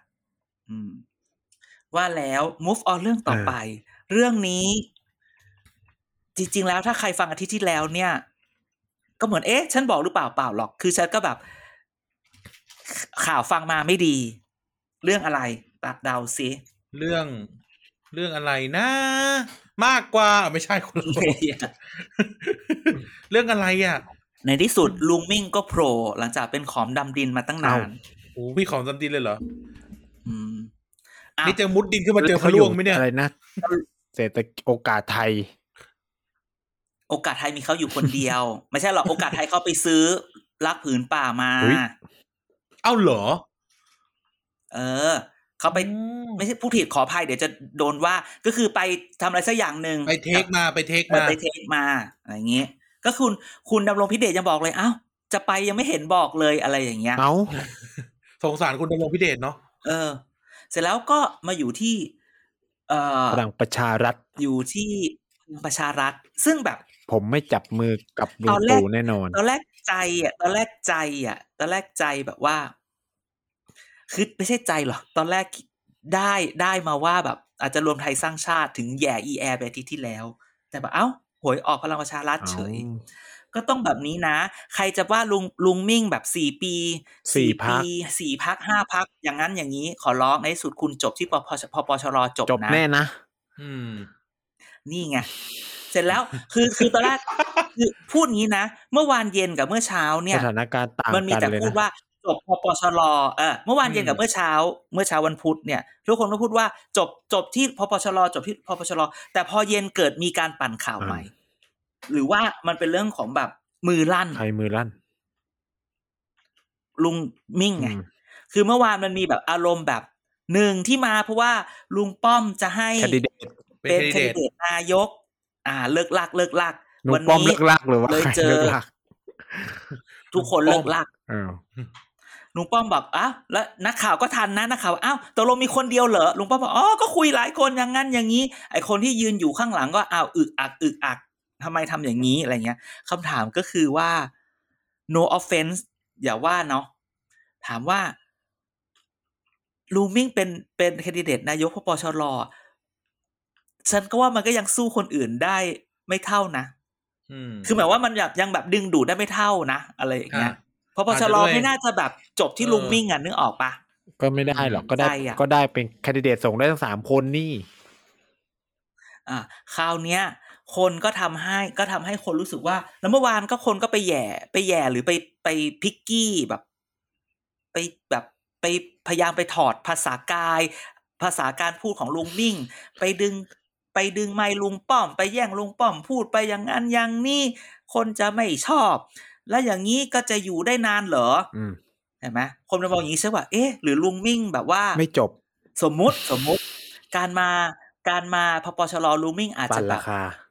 ว่าแล้ว move on เรื่องต่อไปเรื่องนี้จริงๆแล้วถ้าใครฟังอาทิตย์ที่แล้วเนี่ยก็เหมือนฉันบอกหรือเปล่าเปล่าหรอกคือฉันก็แบบข่าวฟังมาไม่ดีเรื่องอะไรตัดเดาซิเรื่องอะไรนะมากกว่าไม่ใช่คนละเรื่องอะไรอ่ะในที่สุดลุงมิ่งก็โผล่หลังจากเป็นขอมดำดินมาตั้งนานโอ้พี่ของดำดินเลยเหรอนี่นี่จะมุดดินขึ้นมาเจอพะล่วงไหมเนี่ยอะไรนะเศรษฐกิจโอกาสไทยมีเขาอยู่คนเดียว ไม่ใช่หรอกโอกาสไทยเขาไปซื้อลักผืนป่ามาเอ้าเหรอเขาไปไม่ใช่ผู้ผิดขออภัยเดี๋ยวจะโดนว่าก็คือไปทำอะไรสักอย่างนึงไปเทคมาอะไรอย่างเงี้ยก็คุณดำรงพิเดชยังบอกเลยเอ้าจะไปยังไม่เห็นบอกเลยอะไรอย่างเงี้ยเอ้าสงสารคุณดำรงพิเดชเนาะเสร็จแล้วก็มาอยู่ที่พลังประชารัฐอยู่ที่ประชารัฐซึ่งแบบผมไม่จับมือกับลุงตู่แน่นอนตอนแรกใจแบบว่าคือไม่ใช่ใจหรอตอนแรกได้มาว่าแบบอาจจะรวมไทยสร้างชาติถึงแย่อีแอร์ไปที่แล้วแต่แบบเอ้าหวยออกพลังประชารัฐเฉยก็ต้องแบบนี้นะใครจะว่าลุงมิ่งแบบ4 ปี4 ปี4 พรรค5 พรรคอย่างนั้นอย่างนี้ขอร้องในสุดคุณจบที่ปปชรจบแน่นะนี่ไงเสร็จแล้วคือตอนแรกคือพูดงี้นะเมื่อวานเย็นกับเมื่อเช้าเนี่ยสถานการณ์ต่างกันมันมีแต่พูดว่าจบปปชรเมื่อวานเย็นกับเมื่อเช้าวันพุธเนี่ยทุกคนก็พูดว่าจบที่ปปชรจบที่ปปชรแต่พอเย็นเกิดมีการปั่นข่าวใหม่หรือว่ามันเป็นเรื่องของแบบมือลั่นใครมือลั่นลุงมิ่งไงคือเมื่อวานมันมีแบบอารมณ์แบบ1ที่มาเพราะว่าลุงป้อมจะให้เป็นแคนดิเดตนายกเลิกลักวันนี้เลิกลักหรือว่าเลยเจอทุกคนเลิกลักลุงป้อมบอกแล้วนักข่าวก็ทันนะนักข่าวตกลงมีคนเดียวเหรอลุงป้อมบอกก็คุยหลายคนอย่างนั้นอย่างนี้ไอคนที่ยืนอยู่ข้างหลังก็อึกอักทำไมทำอย่างนี้อะไรเงี้ยคำถามก็คือว่า no offense อย่าว่าเนาะถามว่าลุงมิ่งเป็นแคนดิเดตนายกปปชรฉันก็ว่ามันก็ยังสู้คนอื่นได้ไม่เท่านะคือหมายว่ามันยังแบบดึงดูดได้ไม่เท่านะอะไรอย่างเงี้ยปปชรไม่น่าจะแบบจบที่ลุงมิ่งนึกออกปะก็ไม่ได้หรอกก็ได้เป็นแคนดิเดตส่งได้ทั้ง3 คนนี่คราวเนี้ยคนก็ทำให้คนรู้สึกว่าแล้วเมื่อวานก็คนก็ไปแย่หรือไปพิกกี้แบบไปพยายามไปถอดภาษากายภาษาการพูดของลุงมิ่งไปดึงไมค์ลุงป้อมไปแย่งลุงป้อมพูดไปอย่างนั้นอย่างนี้คนจะไม่ชอบแล้วอย่างนี้ก็จะอยู่ได้นานเหรอเห็นไหมคนจะบอกอย่างนี้ใช่ป่ะหรือลุงมิ่งแบบว่าไม่จบสมมุติการมาพปชรลุงมิ่งอาจจะแบบ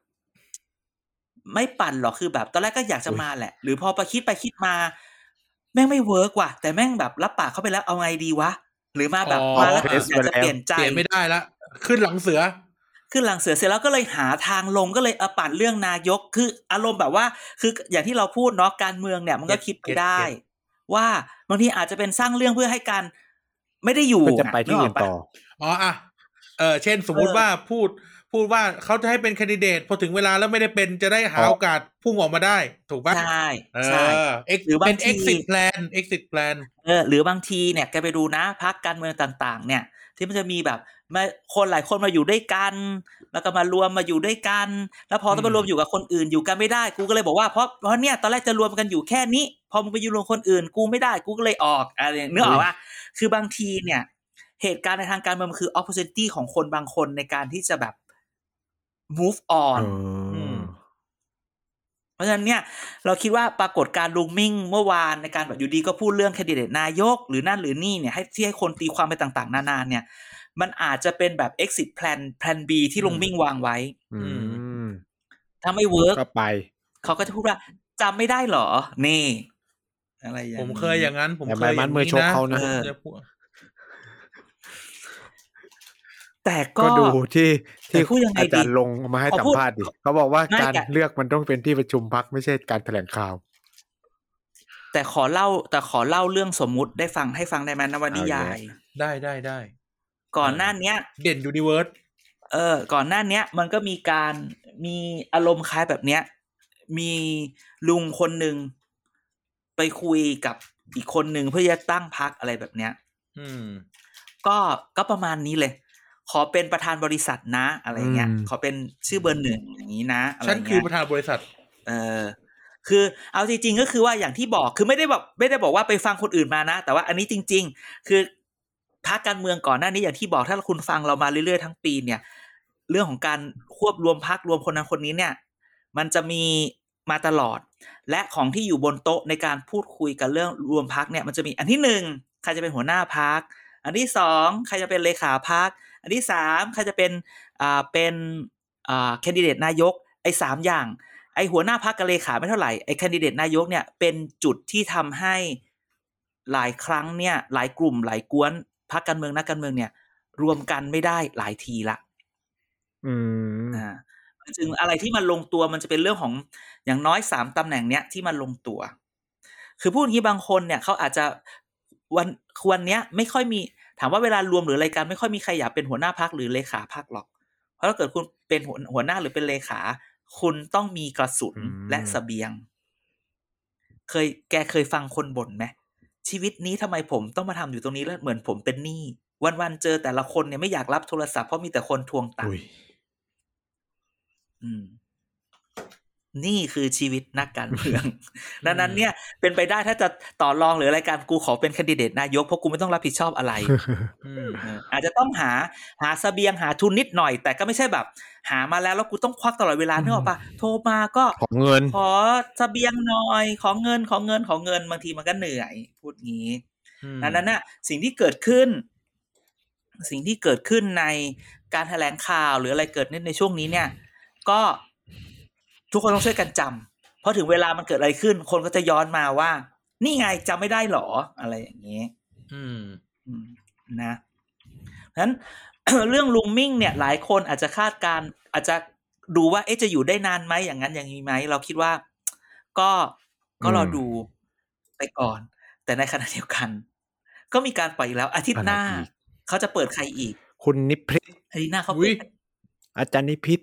ไม่ปั่นหรอกคือแบบตอนแรกก็อยากจะมาแหละหรือพอไปคิดมาแม่งไม่เวิร์กว่ะแต่แม่งแบบรับปากเข้าไปแล้วเอาไงดีวะหรือมาแบบมาแล้วอยากจะเปลี่ยนใจเปลี่ยนไม่ได้ละขึ้นหลังเสือเสร็จแล้วก็เลยหาทางลงก็เลยปั่นเรื่องนายกคืออารมณ์แบบว่าคืออย่างที่เราพูดเนาะการเมืองเนี่ยมันก็คิดไปได้ว่าบางทีอาจจะเป็นสร้างเรื่องเพื่อให้การไม่ได้อยู่จะไปที่อื่นต่อเช่นสมมุติว่าพูดว่าเขาจะให้เป็นแคนดิเดตพอถึงเวลาแล้วไม่ได้เป็นจะได้หาโอกาสพุ่งออกมาได้ถูกป่ะใช่หรือบางที exit plan หรือบางทีเนี่ยแกไปดูนะพรรคการเมืองต่างๆเนี่ยที่มันจะมีแบบมาคนหลายคนมาอยู่ด้วยกันแล้วก็มารวมมาอยู่ด้วยกันแล้วพอต้องมารวมอยู่กับคนอื่นอยู่กันไม่ได้กูก็เลยบอกว่าเพราะเนี่ยตอนแรกจะรวมกันอยู่แค่นี้พอมึงไปอยู่รวมคนอื่นกูไม่ได้กูก็เลยออกอะไรนึกออกป่ะคือบางทีเนี่ยเหตุการณ์ในทางการเมืองมันคือ opportunity ของคนบางคนในการที่จะแบบ move on เพราะฉะนั้นเนี่ยเราคิดว่าปรากฏการณ์ลุงมิ่งเมื่อวานในการแบบอยู่ดีก็พูดเรื่องแคนดิเดตนายกหรือนั่นหรือนี่เนี่ยให้คนตีความไปต่างๆนานาเนี่ยมันอาจจะเป็นแบบ exit plan B ที่ลุงมิ่งวางไว้ถ้าไม่เวิร์กก็ไปเขาก็จะพูดว่าจำไม่ได้หรอนี่อะไรอย่างนี้ผมเคยอย่างนั้นผมเคยมันมือชกเขานะแต่ก็ดูที่อาจารย์ลงมาให้สัมภาษณ์ดิเขาบอกว่าการเลือกมันต้องเป็นที่ประชุมพรรคไม่ใช่การแถลงข่าวแต่ขอเล่าเรื่องสมมุติให้ฟังได้ไหมนวนิยายได้ก่อนหน้านี้เด่นยูนิเวิร์สก่อนหน้านี้มันก็มีอารมณ์คล้ายแบบเนี้ยมีลุงคนหนึ่งไปคุยกับอีกคนหนึ่งเพื่อจะตั้งพรรคอะไรแบบเนี้ยก็ประมาณนี้เลยขอเป็นประธานบริษัทนะอะไรเงี้ยขอเป็นชื่อเบอร์ 1อย่างนี้นะอะไรเงี้ยฉันคือประธานบริษัทคือเอาจริงๆก็คือว่าอย่างที่บอกคือไม่ได้บอกว่าไปฟังคนอื่นมานะแต่ว่าอันนี้จริงๆคือพรรคการเมืองก่อนหน้านี้อย่างที่บอกถ้าคุณฟังเรามาเรื่อยๆทั้งปีเนี่ยเรื่องของการควบรวมพรรครวมคนนั้นคนนี้เนี่ยมันจะมีมาตลอดและของที่อยู่บนโต๊ะในการพูดคุยกันเรื่องรวมพรรคเนี่ยมันจะมีอันที่1ใครจะเป็นหัวหน้าพรรคอันที่2ใครจะเป็นเลขาพรรคอันที่3ใครจะเป็นแคนดิเดตนายกไอ้3อย่างไอ้หัวหน้าพรรคกับเลขาไม่เท่าไหร่ไอ้แคนดิเดตนายกเนี่ยเป็นจุดที่ทำให้หลายครั้งเนี่ยหลายกลุ่มหลายกวนพรรคการเมืองนักการเมืองเนี่ยรวมกันไม่ได้หลายทีละจึงอะไรที่มันลงตัวมันจะเป็นเรื่องของอย่างน้อย3ตำแหน่งเนี้ยที่มันลงตัวคือพูดอย่างนี้บางคนเนี่ยเขาอาจจะวันเนี้ยไม่ค่อยมีถามว่าเวลารวมหรืออะไรกันไม่ค่อยมีใครอยากเป็นหัวหน้าพรรคหรือเลขาพรรคหรอกเพราะถ้าเกิดคุณเป็นหัวหน้าหรือเป็นเลขาคุณต้องมีกระสุนและเสบียงแกเคยฟังคนบ่นไหมชีวิตนี้ทำไมผมต้องมาทำอยู่ตรงนี้แล้วเหมือนผมเป็นหนี้วันๆเจอแต่ละคนเนี่ยไม่อยากรับโทรศัพท์เพราะมีแต่คนทวงตังค์นี่คือชีวิตนักการเมือง ดังนั้นเนี่ยเป็นไปได้ถ้าจะต่อรองหรืออะไรกันกูขอเป็นแคนดิเดตนายกเพราะกูไม่ต้องรับผิดชอบอะไร อาจจะต้องหาเสบียงหาทุนนิดหน่อยแต่ก็ไม่ใช่แบบหามาแล้วกูต้องควักตลอดเวลานึกออกปะโทรมาก็ขอเงินขอเสบียงหน่อยขอเงินบางทีมันก็เหนื่อยพูดงี้ดังนั้นน่ะสิ่งที่เกิดขึ้นในการแถลงข่าวหรืออะไรเกิดในช่วงนี้เนี่ยก็ทุกคนต้องช่วยกันจำเพราะถึงเวลามันเกิดอะไรขึ้นคนก็จะย้อนมาว่านี่ไงจำไม่ได้หรออะไรอย่างนี้นะฉะนั้น เรื่องลุงมิ่งเนี่ยหลายคนอาจจะคาดการอาจจะดูว่าจะอยู่ได้นานไหมอย่างนั้นอย่างนี้ไหมเราคิดว่าก็รอดูไปก่อนแต่ในขณะเดียวกันก็มีการปล่อยแล้วอาทิตย์หน้าเขาจะเปิดใครอีกคุณนิพิษอาทิตย์หน้าเขาเปิดอาจารย์นิพิษ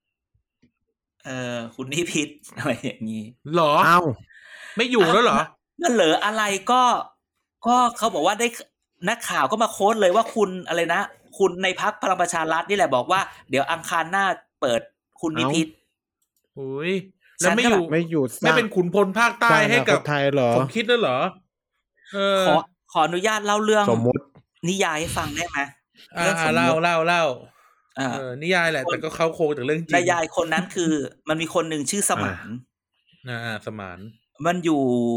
คุณนิพิษอะไรอย่างนี้หรออ้าวไม่อยู่แล้วเหรอมันเหลืออะไรก็เขาบอกว่าได้นักข่าวก็มาโค้ดเลยว่าคุณอะไรนะคุณในพรรคพลังประชารัฐนี่แหละบอกว่าเดี๋ยวอังคารหน้าเปิดคุณนิพิษอุ้ยแล้วไม่อยู่ไม่เป็นขุนพลภาคใต้ให้กับผมคิดแล้วเหรอขออนุญาตเล่าเรื่องสมมุตินิยายให้ฟังได้ไหมเล่านิยายแหละแต่ก็เข้าโคจากเรื่องจริงนิยายคนนั้นคือมันมีคนหนึ่งชื่อสมานสมานมันอยู่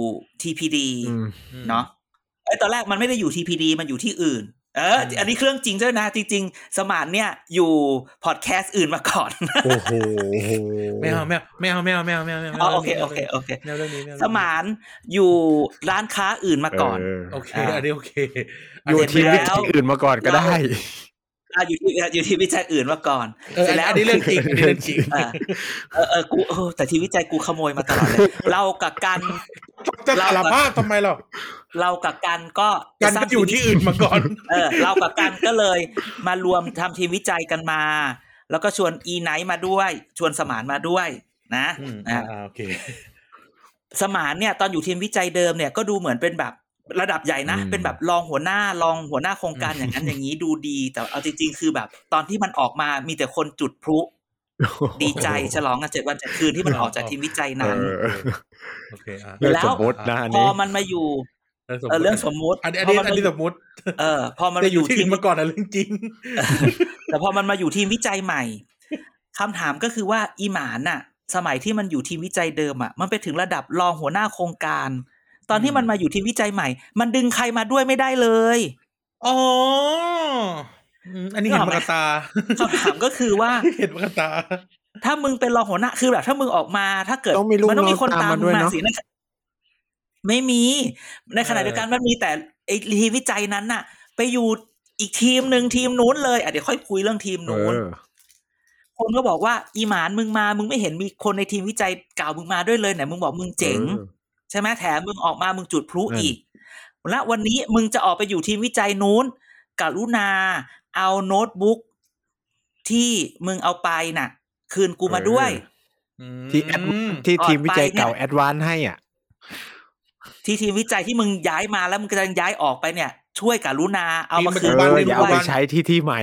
TPD เนาะตอนแรกมันไม่ได้อยู่ TPD มันอยู่ที่อื่นอันนี้เครื่องจริงใช่นะจริงๆสมานเนี่ยอยู่พอดแคสต์อื่นมาก่อนโอ้โหไม่เอาโอเคสมานอยู่ร้านค้าอื่นมาก่อนโอเคอันนี้โอเคอยู่ที่วิจัยอื่นมาก่อนก็ได้อยู่ที่วิจัยอื่นมาก่อนเสร็จแล้วอันนี้เรื่องจริงกูแต่ที่วิจัยกูขโมยมาตลอดเลยเรากับกันจะสารภาพทำไมเรากับกันก็อยู่ที่อื่นมาก่อนเรากับกันก็เลยมารวมทำทีมวิจัยกันมาแล้วก็ชวนอีไนท์มาด้วยชวนสมานมาด้วยนะโอเคสมานเนี่ยตอนอยู่ทีมวิจัยเดิมเนี่ยก็ดูเหมือนเป็นแบบระดับใหญ่นะเป็นแบบรองหัวหน้าโครงการอย่างนั้นอย่างนี้ดูดีแต่เอาจริงๆคือแบบตอนที่มันออกมามีแต่คนจุดพลุดีใจฉลองกัน7 วัน 7 คืนที่มันออกจากทีมวิจัยนั้นโอเคแล้วพอมันมาอยู่เรื่องสมมุติอันนี้สมมุติพอมันมาอยู่ทีมมาก่อนนะเรื่องจริงแต่พอมันมาอยู่ทีมวิจัยใหม่คำถามก็คือว่าอีหมานน่ะสมัยที่มันอยู่ทีมวิจัยเดิมอ่ะมันไปถึงระดับรองหัวหน้าโครงการตอนที่มันมาอยู่ทีมวิจัยใหม่มันดึงใครมาด้วยไม่ได้เลยอ๋ออันนี้เห็นมากตาคำถามก็คือว่าเห็นมากตาถ้ามึงเป็นรองหัวหน้าคือแบบถ้ามึงออกมาถ้าเกิดมันต้องมีคนตามมาสินะไม่มีในขณะเดียวกันมันมีแต่ไอ้ทีมวิจัยนั้นน่ะไปอยู่อีกทีมนึงทีมนู้นเลยเดี๋ยวค่อยคุยเรื่องทีมนู้นคนก็บอกว่าอีหมานมึงมามึงไม่เห็นมีคนในทีมวิจัยเก่ามึงมาด้วยเลยไหนมึงบอกมึงเจ๋งใช่ไหมแถมมึงออกมามึงจุดพลุอีกแล้ววันนี้มึงจะออกไปอยู่ทีมวิจัยนู้นกรุณาเอาโน้ตบุ๊กที่มึงเอาไปน่ะคืนกูมาด้วยที่ทีมวิจัยเก่าแอดวานซ์ให้อ่ะที่ทีมวิจัยที่มึงย้ายมาแล้วมึงกำลังย้ายออกไปเนี่ยช่วยกรุณาเอามาคืนอย่าเอาไปใช้ที่ใหม่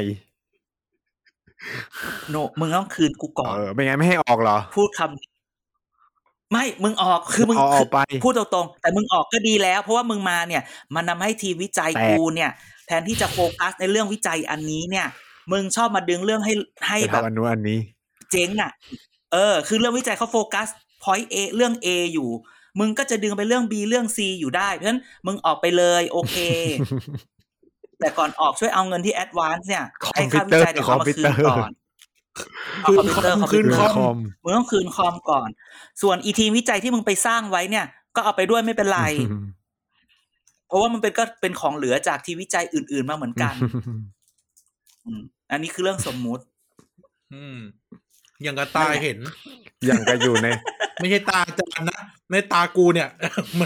โนมึงต้องคืนกูก่อนไม่งั้นไม่ให้ออกเหรอพูดคไม่มึงออกคือมึงเอาไปพูดตรงๆแต่มึงออกก็ดีแล้วเพราะว่ามึงมาเนี่ยมันทำให้ทีมวิจัยกูเนี่ยแทนที่จะโฟกัสในเรื่องวิจัยอันนี้เนี่ยมึงชอบมาดึงเรื่องให้แบบอันนู้นอันนี้เจ๊งอ่ะคือเรื่องวิจัยเขาโฟกัส point A เรื่อง A อยู่มึงก็จะดึงไปเรื่อง B เรื่อง C อยู่ได้เพราะฉะนั้นมึงออกไปเลยโอเค แต่ก่อนออกช่วยเอาเงินที่ Advance เนี่ยให้ค่าวิจัยเดี๋ยวเอามาคืนก่อนคืนคอมมึงต้องคืนคอมก่อนส่วนอีทีมวิจัยที่มึงไปสร้างไว้เนี่ยก็เอาไปด้วยไม่เป็นไร เพราะว่ามันก็เป็นของเหลือจากทีมวิจัยอื่นๆมาเหมือนกันอันนี้คือเรื่องสมมุติอย่างกับตาเห็นอย่างก็อยู่ในไม่ใช่ตาจานนะในตากูเนี่ยมัน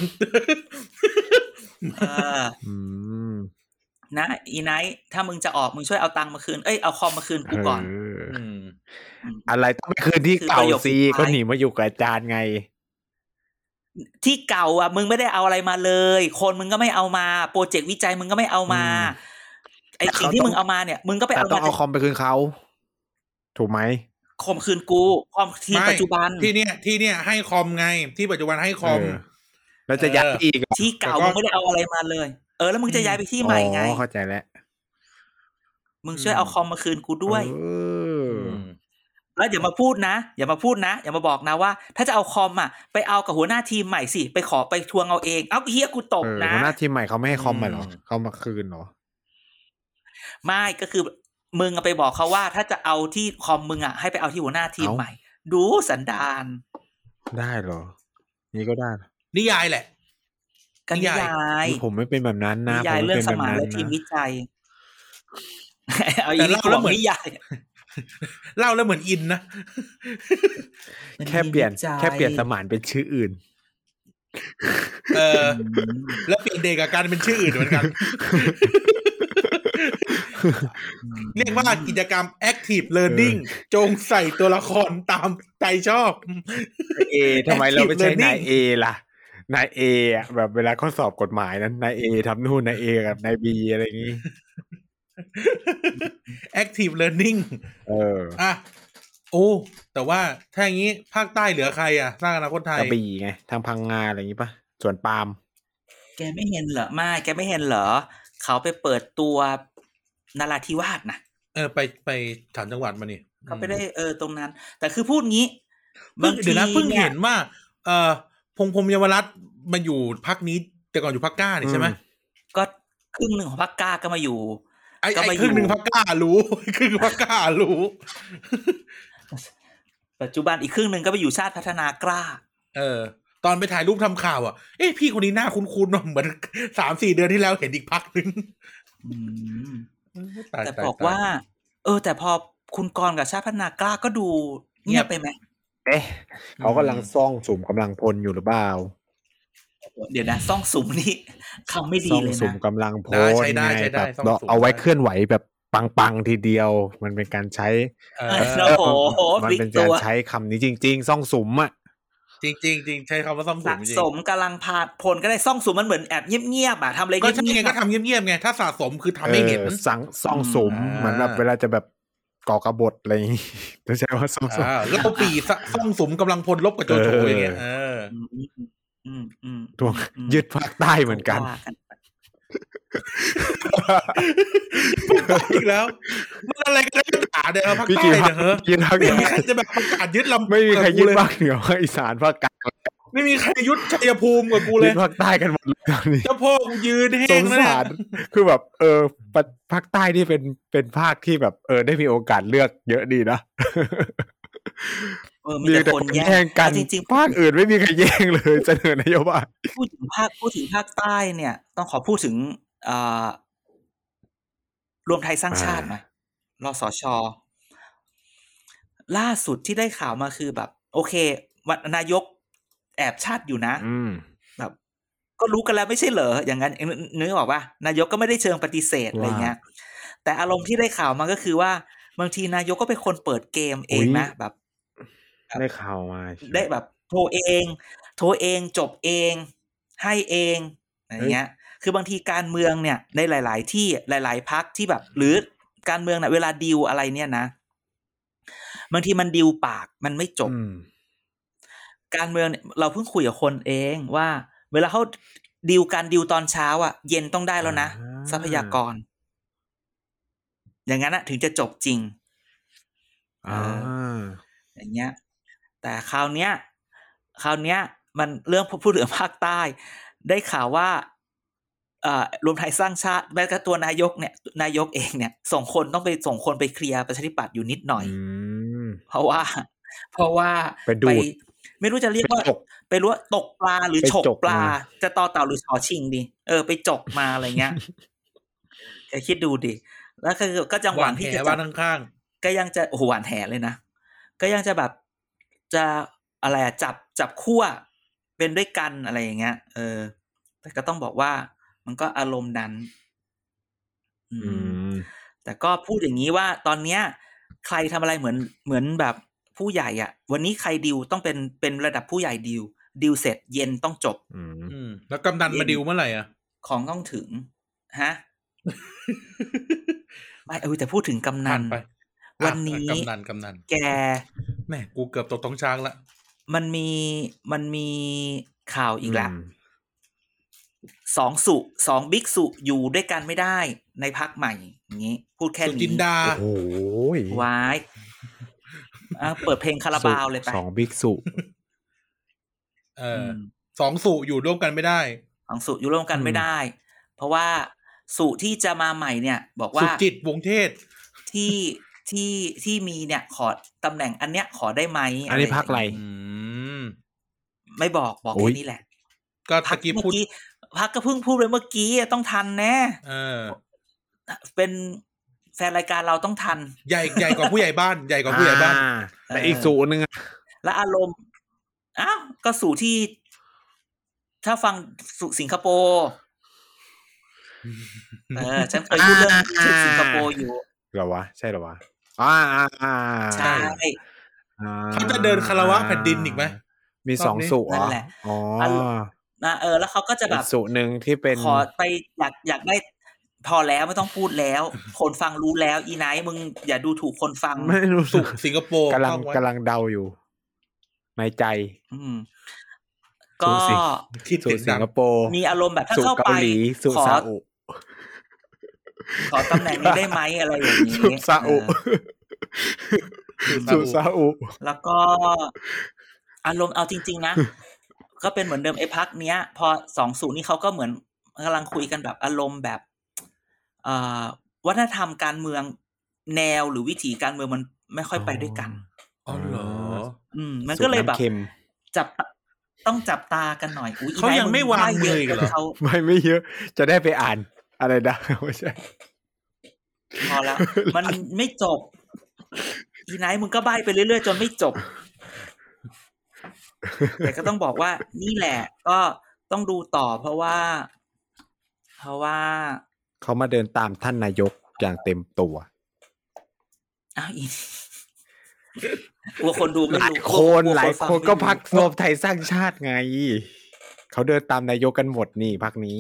นะอีไนท์ถ้ามึงจะออกมึงช่วยเอาตังค์มาคืนเอาคอมมาคืนกูก่อนอะไรต้องไปคืนที่เก่าสิก็หนีมาอยู่กับอาจารย์ไงที่เก่าอ่ะมึงไม่ได้เอาอะไรมาเลยคนมึงก็ไม่เอามาโปรเจกต์วิจัยมึงก็ไม่เอามาไอ้สิ่งที่มึงเอามาเนี่ยมึงก็ไปเอามาต้องเอาคอมไปคืนเขาถูกไหมคอมคืนกูคอมที่ปัจจุบันที่เนี่ยให้คอมไงที่ปัจจุบันให้คอมแล้วจะย้ายอีกที่เก่ามึงไม่ได้เอาอะไรมาเลยแล้วมึงจะย้ายไปที่ใหม่ไงเข้าใจแล้วมึงช่วยเอาคอมมาคืนกูด้วยแล้วอย่ามาพูดนะอย่ามาบอกนะว่าถ้าจะเอาคอมอ่ะไปเอากับหัวหน้าทีมใหม่สิไปขอไปทวงเอาเองเฮียกูตบนะหัวหน้าทีมใหม่เขาไม่ให้คอมมาหรอเขามาคืนหรอไม่ก็คือมึงไปบอกเขาว่าถ้าจะเอาที่คอมมึงอ่ะให้ไปเอาที่หัวหน้าทีมใหม่ดูสันดานได้หรอนี่ก็ได้นิยายแหละกันนิยายผมไม่เป็นแบบนั้นนะนิยายเรื่องสมานและทีมวิจัยเอาอีกเล่าเหมือนนิยายเล่าแล้วเหมือนอินนะแค่เปลี่ยนสมานเป็นชื่ออื่นแล้วเปลี่ยนเด็กกับการเป็นชื่ออื่นเหมือนกันเรียกว่ากิจกรรม Active Learning จงใส่ตัวละครตามใจชอบทำไมเราไม่ใช้นาย A ล่ะนาย A อ่ะแบบเวลาข้อสอบกฎหมายนั้นนาย A ทำนู่นนาย A กับนาย B อะไรอย่างงี้ Active Learning แต่ว่าถ้าอย่างงี้ภาคใต้เหลือใครอ่ะสร้างอนาคตไทยกระบี่ไงทางพังงาอะไรอย่างงี้ป่ะส่วนปาล์มแกไม่เห็นเหรอไม่แกไม่เห็นเหรอเขาไปเปิดตัวนราธิวาสนะไปฐานจังหวัดมานี่เขาไปได้ตรงนั้นแต่คือพูดงี้เดี๋ยวนะเพิ่งเห็นว่าพงเยาวรัตน์มาอยู่พรรคนี้แต่ก่อนอยู่พรรคก้านี่ใช่ไหมก็ครึ่งหนึ่งของพรรคก้าก็มาอยู่ก็มาครึ่งหนึ่งพรรคก้ารู้ครึ่งพรรคก้ารู้ปัจจุบันอีกครึ่งหนึ่งก็ไปอยู่ชาติพัฒนากล้าตอนไปถ่ายรูปทำข่าวพี่คนนี้หน้าคุ้นๆเหมือน 3-4 เดือนที่แล้วเห็นอีกพรรคนึงแต่บอกว่าแต่พอคุณกรณ์กับชาติพัฒนากล้าก็ดูเงียบไปไหมเขากำลังซ่องสุมกำลังพลอยู่หรือเปล่าเดี๋ยวนะซ่องสุมนี่คำไม่ดีเลยนะซ่องสุมกำลังพลใช้ได้เอาไว้เคลื่อนไหวแบบปังๆทีเดียวมันเป็นการใช้มันเป็นการใช้คำนี้จริงๆซ่องสุมอ่ะจริงใช้คำว่าซ่องสุมจริงสมกำลังพาพลก็ได้ซ่องสุมมันเหมือนแอบเงียบๆอ่ะทำอะไรเงียบๆก็ทำเงียบๆไงถ้าสะสมคือทำให้เห็นซ่องสุมเหมือนแบบเวลาจะแบบก่อกบฏอะไรอย่างงี้ไม่ใช่ว่าซ่องสุมแล้วเอาปีซ่องสุมกำลังพลลบกับโจโฉอย่างเงี้ยทวงยึดภาคใต้เหมือนกันอีกแล้วมันอะไรกันนักหนาเนี่ยภาคใต้เนี่ยไม่มีใครจะแบบประกาศยึดลำไม่มีใครยึดภาคเหนือภาคอีสานภาคกลางไม่มีใครยึดชัยภูมิกับกูเลยภาคใต้กันหมดเลยตอนนี้เจ้าพ่อกูยืนแห้งแล้วเนี่ยคือแบบภาคใต้นี่เป็นภาคที่แบบได้มีโอกาสเลือกเยอะดีนะมีแต่คนแย่งกันจริงๆภาคอื่นไม่มีใครแย่งเลยเสนอนโยบายพูดถึงภาคใต้เนี่ยต้องขอพูดถึงรวมไทยสร้างชาติหน่อยรสช.ล่าสุดที่ได้ข่าวมาคือแบบโอเคนายกแอบชาติอยู่นะแบบก็รู้กันแล้วไม่ใช่เหรออย่างนั้นนึกออกป่ะนายกก็ไม่ได้เชิงปฏิเสธอะไรเงี้ยแต่อารมณ์ที่ได้ข่าวมาก็คือว่าบางทีนายกก็เป็นคนเปิดเกมเองนะแบบได้ข่าวมาได้แบบโทรเองจบเองให้เองอะไรเงี้ยคือบางทีการเมืองเนี่ยในหลายๆที่หลายๆพรรคที่แบบหรือการเมืองน่ะเวลาดีลอะไรเนี่ยนะบางทีมันดีลปากมันไม่จบการเมืองเนี่ยเราเพิ่งคุยกับคนเองว่าเวลาเขาดีลตอนเช้าอ่ะเย็นต้องได้แล้วนะทรัพยากรอย่างนั้นนะถึงจะจบจริงอย่างเงี้ยแต่คราวเนี้ยมันเรื่องพูดถึงภาคใต้ได้ข่าวว่ารวมไทยสร้างชาติแม้กระทั่งตัวนายกเองเนี่ยส่งคนไปเคลียร์ประชาธิปัตย์อยู่นิดหน่อยเพราะว่าไปไม่รู้จะเรียกว่าไปรู้ว่าตกปลาหรือฉกปลาจะต่อเต่าหรือชอชิงดีไปจกมาอะไรเงี้ยแกคิดดูดิแล้วก็จังหวะที่จะจับข้างๆก็ยังจะโอ้โหหวานแหเลยนะก็ยังจะแบบจะอะไรจับคั่วเป็นด้วยกันอะไรอย่างเงี้ยแต่ก็ต้องบอกว่ามันก็อารมณ์นั้นแต่ก็พูดอย่างนี้ว่าตอนเนี้ยใครทำอะไรเหมือนแบบผู้ใหญ่อ่ะวันนี้ใครดิวต้องเป็นระดับผู้ใหญ่ดิวเสร็จเย็นต้องจบแล้วกำนันมาดิวเมื่อไหร่อ่ะของต้องถึงฮะ ไม่แต่พูดถึงกำนันวันนี้กำนันแกแม่กูเกือบตกท้องช้างละมันมีข่าวอีกแล้ว2บิ๊กสุอยู่ด้วยกันไม่ได้ในพรรคใหม่อย่างงี้พูดแค่นี้จินดาโอ้ยว้ายเปิดเพลงคาราบาวเลยไป 2บิ๊กสุ 2สุอยู่ร่วมกันไม่ได้ 2สุอยู่ร่วมกันไม่ได้เพราะว่าสุที่จะมาใหม่เนี่ยบอกว่าสุจิตวงเทศที่มีเนี่ยขอตำแหน่งอันเนี้ยขอได้ไหมอันนี้พรรคอะไรไม่บอกแค่นี้แหละก็ตะกี้พูดพักก็เพิ่งพูดไปเมื่อกี้ต้องทันแน่เป็นแฟนรายการเราต้องทันใหญ่กว่าผู้ใหญ่บ้านใหญ่กว่าผู้ใหญ่บ้านแต่อีกสูนึงและอารมณ์ก็สู่ที่ถ้าฟังสู่สิงคโปร์ฉันเคยพูดเรื่องสิงคโปร์อยู่เหรอวะใช่เหรอวะใช่เขาจะเดินคารวะแผ่นดินอีกไหมมี2สุนั่นแหละแล้วเขาก็จะแบบสุนึงที่เป็นขอไปอยากได้พอแล้วไม่ต้องพูดแล้วคนฟังรู้แล้วอีไนท์มึงอย่าดูถูกคนฟังไม่รู้สุสิงคโปร์กำลังเดาอยู่ในใจก็คิดถึงสิงคโปร์มีอารมณ์แบบถ้าเข้าไปขอตำแหน่งนี้ได้ไหมอะไรอย่างนี้ซาอุซาอุแล้วก็อารมณ์เอาจริงๆนะก็เป็นเหมือนเดิมไอ้พักเนี้ยพอ20นี่เขาก็เหมือนกำลังคุยกันแบบอารมณ์แบบวัฒนธรรมการเมืองแนวหรือวิถีการเมืองมันไม่ค่อยไปด้วยกันอ๋อเหรอมันก็เลยแบบต้องจับตากันหน่อยเขายังไม่วางมือกันเหรอไม่เยอะจะได้ไปอ่านอะไรนะไม่ใช่พอแล้วมันไม่จบอีไนท์มึงก็ใบ้ไปเรื่อยๆจนไม่จบแต่ก็ต้องบอกว่านี่แหละก็ต้องดูต่อเพราะว่าเขามาเดินตามท่านนายกอย่างเต็มตัวกลัวคนดูไม่รู้หลายคนก็พรรครวมไทยสร้างชาติไงเขาเดินตามนายกกันหมดนี่พรรคนี้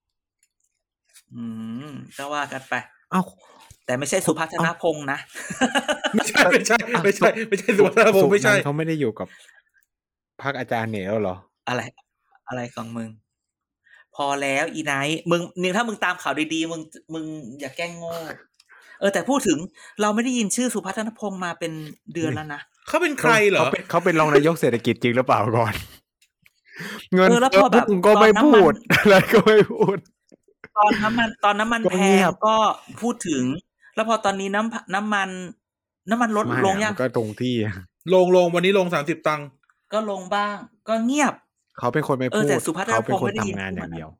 ก็ว่ากันไปแต่ไม่ใช่สุพัฒนพงษ์นะไม่ใช่สุพัฒนพงษ์ไม่ใช่เขาไม่ได้อยู่กับพรรคอาจารย์เหนียวหรออะไรของมึงพอแล้วอีไนท์มึงถ้ามึงตามข่าวดีๆมึงอย่าแกล้งโง่แต่พูดถึงเราไม่ได้ยินชื่อสุพัฒนพงษ์มาเป็นเดือนแล้วนะเขาเป็นใครเหรอเขาเป็นรองนายกเศรษฐกิจจริงหรือเปล่าก่อนเงินแล้วพอแบบก็ไม่พูดอะไรก็ไม่พูดตอนน้ำมันแพงก็พูดถึงแล้วพอตอนนี้น้ำมันลดลงยังก็ตรงที่ลงวันนี้ลง30 ตังค์ก็ลงบ้างก็เงียบเขาเป็นคนไม่พูดเขาเป็นคนทำงานอย่างเดียว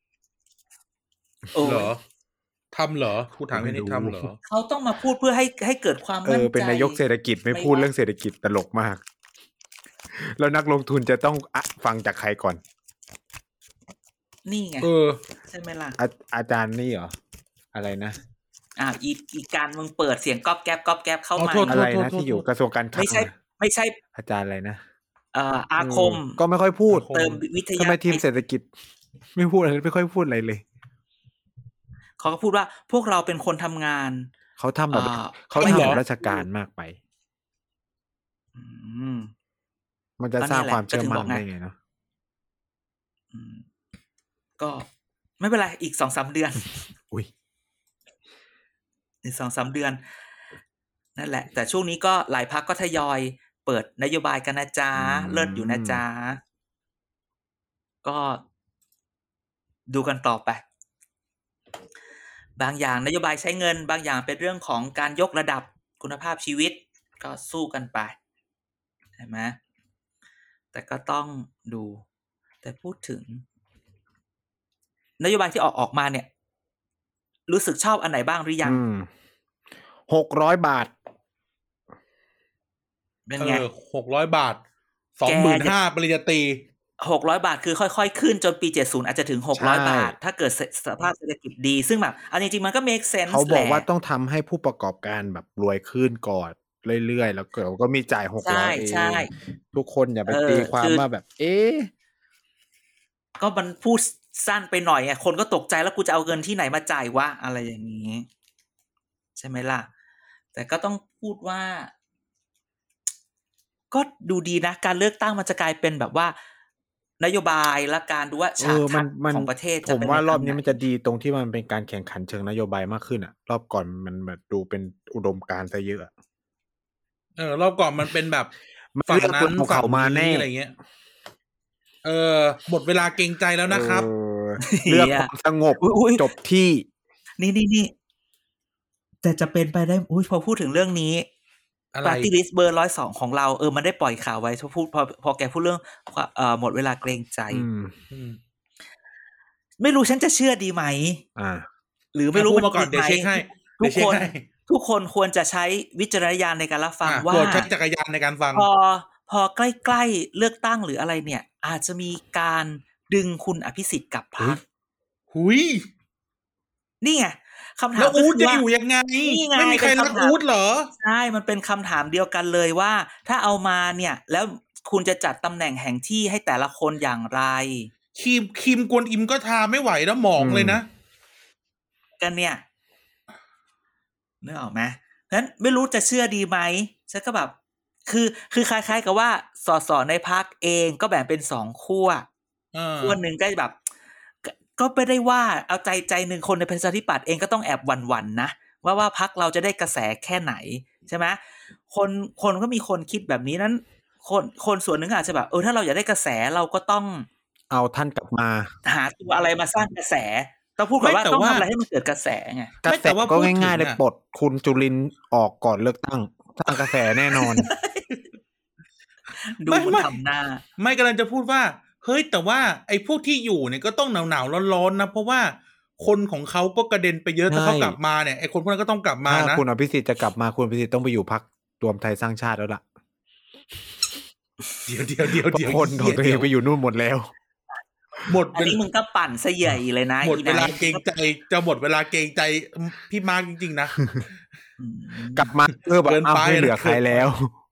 เหรอทำเหรอกูถามแค่นี้ทำเหรอเขาต้องมาพูดเพื่อให้เกิดความมั่นใจเป็นนายกเศรษฐกิจไม่พูดเรื่องเศรษฐกิจตลกมากแล้วนักลงทุนจะต้องฟังจากใครก่อนนี่ไงใช่ไหมล่ะอาจารย์นี่เหรออะไรนะอีการมึงเปิดเสียงก๊อบแก๊บเข้ามาอะไรนะที่อยู่กระทรวงการคลังไม่ใช่อาจารย์อะไรนะอาคมก็ไม่ค่อยพูดเติมวิทยาทำไมทีมเศรษฐกิจไม่พูดอะไรไม่ค่อยพูดอะไรเลยเขาก็พูดว่าพวกเราเป็นคนทำงานเขาทำแบบราชการมากไปมันจะสร้างความเชื่อมั่นได้ไงเนาะก็ไม่เป็นไรอีก 2-3 เดือนอุ้ยอีก 2-3 เดือนนั่นแหละแต่ช่วงนี้ก็หลายพรรคก็ทยอยเปิดนโยบายกันนะจ๊ะเลิศอยู่นะจ๊ะก็ดูกันต่อไปบางอย่างนโยบายใช้เงินบางอย่างเป็นเรื่องของการยกระดับคุณภาพชีวิตก็สู้กันไปใช่ไหมแต่ก็ต้องดูแต่พูดถึงนโยบายที่ออกมาเนี่ยรู้สึกชอบอันไหนบ้างหรือยัง 600 บาทเป็นไง 600 บาท 25,000 ปริญญาตรี 600 บาทคือค่อยๆขึ้นจนปี70อาจจะถึง600 บาทถ้าเกิดสภาพเศรษฐกิจดีซึ่งแบบอันจริงๆมันก็ make sense เขาบอกว่าต้องทำให้ผู้ประกอบการแบบรวยขึ้นก่อนเรื่อยๆแล้วก็มีจ่าย600เองทุกคนอย่าไปตีความว่าแบบก็มันพูดสั้นไปหน่อยอ่ะคนก็ตกใจแล้วกูจะเอาเงินที่ไหนมาจ่ายวะอะไรอย่างนี้ใช่ไหมล่ะแต่ก็ต้องพูดว่าก็ดูดีนะการเลือกตั้งมันจะกลายเป็นแบบว่านโยบายและการดูว่าฉากทัศน์ของประเทศผมว่ารอบนี้มันจะดีตรงที่มันเป็นการแข่งขันเชิงนโยบายมากขึ้นอ่ะรอบก่อนมันแบบดูเป็นอุดมการณ์ซะเยอะรอบก่อนมันเป็นแบบฝั่งนั้นฝั่งนี้อะไรเงี้ยหมดเวลาเกรงใจแล้วนะครับเลือกความสงบจบที่นี่แต่จะเป็นไปได้พอพูดถึงเรื่องนี้ปาร์ตี้ลิสต์เบอร์102ของเรามันได้ปล่อยข่าวไว้พอแกพูดเรื่องหมดเวลาเกรงใจไม่รู้ฉันจะเชื่อดีไหมหรือไม่รู้มาก่อนเดี๋ยวเช็คให้ทุกคนควรจะใช้วิจารณญาณในการรับฟังว่าใช้จักรยานในการฟังพอใกล้ๆเลือกตั้งหรืออะไรเนี่ยอาจจะมีการดึงคุณอภิสิทธิ์กลับพรรคหุยนี่ไงคำถามแล้วอู๊ดจะอยู่ยังไงไม่มีใครรักอู๊ดเหรอใช่มันเป็นคำถามเดียวกันเลยว่าถ้าเอามาเนี่ยแล้วคุณจะจัดตำแหน่งแห่งที่ให้แต่ละคนอย่างไรคิมกวนอิมก็ทาไม่ไหวแล้วหมองเลยนะกันเนี่ยนึกออกไหมงั้นไม่รู้จะเชื่อดีไหมฉันก็แบบคือคล้ายๆกับว่าสสในพรรคเองก็แบ่งเป็น2ขั้วขั้วนึงก็แบบก็ไม่ได้ว่าเอาใจนึงคนในประชาธิปัตย์เองก็ต้องแอบหวั่นๆนะว่าพรรคเราจะได้กระแสแค่ไหนใช่ไหมคนก็มีคนคิดแบบนี้นั้นคนส่วนหนึ่งอาจจะแบบถ้าเราอยากได้กระแสเราก็ต้องเอาท่านกลับมาหาตัวอะไรมาสร้างกระแสต้องพูดก่อนว่าต้องทำอะไรให้มันเกิดกระแสไงกระแสก็ง่ายๆเลยปลดคุณจุรินทร์ออกก่อนเลือกตั้งสร้างกระแสแน่นอนดูมันทำหน้าไม่กำลังจะพูดว่าเฮ้ยแต่ว่าไอ้พวกที่อยู่เนี่ยก็ต้องหนาวๆร้อนๆนะเพราะว่าคนของเขาก็กระเด็นไปเยอะถ้าเขากลับมาเนี่ยไอ้คนพวกนั้นก็ต้องกลับมานะคุณอภิสิทธิ์จะกลับมาคุณอภิสิทธิ์ต้องไปอยู่พรรครวมไทยสร้างชาติแล้วล่ะเดี๋ยวคนของตัวเองไปอยู่นู่นหมดแล้วหมดอันนี้มึงก็ปั่นซะใหญ่เลยนะหมดเวลาเกรงใจจะหมดเวลาเกรงใจพี่มาร์คจริงๆนะกลับมาแบบไม่เหลือใครแล้ว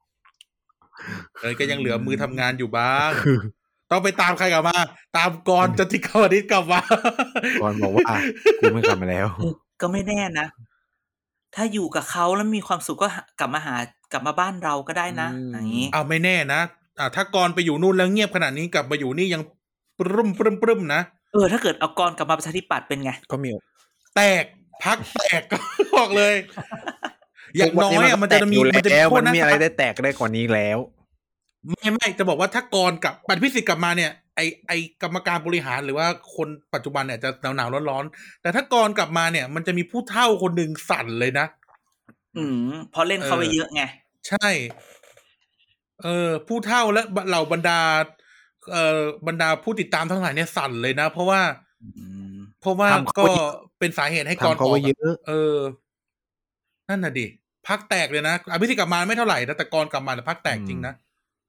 ก็ยังเหลือมือทำงานอยู่บ้างต้องไปตามใครกลับมาตามกรจะติกวนิชกลับมากรบอกว่ากูไม่กลับมาแล้วก็ไม่แน่นะถ้าอยู่กับเขาแล้วมีความสุขก็กลับมาบ้านเราก็ได้นะอย่างนี้ไม่แน่นะถ้ากรไปอยู่นู่นแล้วเงียบขนาดนี้กลับมาอยู่นี่ยังปรึ้มนะถ้าเกิดเอากรกลับมาประชาธิปัตย์เป็นไงก็มีแตกพักแตกก็บอกเลยอย่างน้อยมันจะมีมันมีอะไรได้แตกได้กว่านี้แล้วไม่จะบอกว่าถ้ากรกับปัจจุบันกลับมาเนี่ยไอกรรมการบริหารหรือว่าคนปัจจุบันเนี่ยจะหนาวร้อนแต่ถ้ากรกลับมาเนี่ยมันจะมีผู้เฒ่าคนหนึ่งสั่นเลยนะพอเล่นเขาไปเยอะไงใช่ผู้เฒ่าและเหล่าบรรดาผู้ติดตามทั้งหลายเนี่ยสั่นเลยนะเพราะว่าก็เป็นสาเหตุให้กรออกนั่นน่ะดิพักแตกเลยนะอภิสิทธิ์กลับมาไม่เท่าไหร่แต่กรกลับมาแต่พักแตกจริงนะ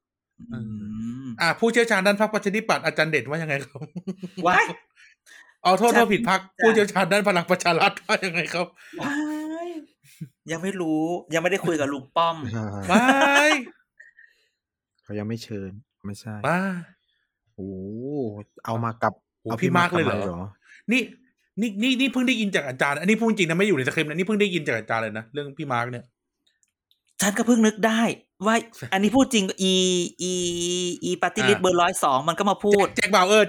ผู้เชี่ยวชาญด้านพรรคประชาธิปัตย์อาจารย์เด่นว่ายังไงครับว้ายโทษผิดพรรคผู้เชี่ยวชาญด้านพลังประชารัฐว่ายังไงครับว้ายยังไม่รู้ยังไม่ได้คุยกับลุงป้อมว้ายเขายังไม่เชิญไม่ใช่ว้าโอ้เอามากับเอาพี่มาร์คเลยเหรอนี่เพิ่งได้ยินจากอาจารย์อันนี้พูดจริงนะไม่อยู่ในสคริปต์นะนี่เพิ่งได้ยินจากอาจารย์เลยนะเรื่องพี่มาร์คเนี่ยฉันก็เพิ่งนึกได้ว่าอันนี้พูดจริงอีปาร์ตี้ลิสต์เบอร์102มันก็มาพูดแจ็คบาวเออร์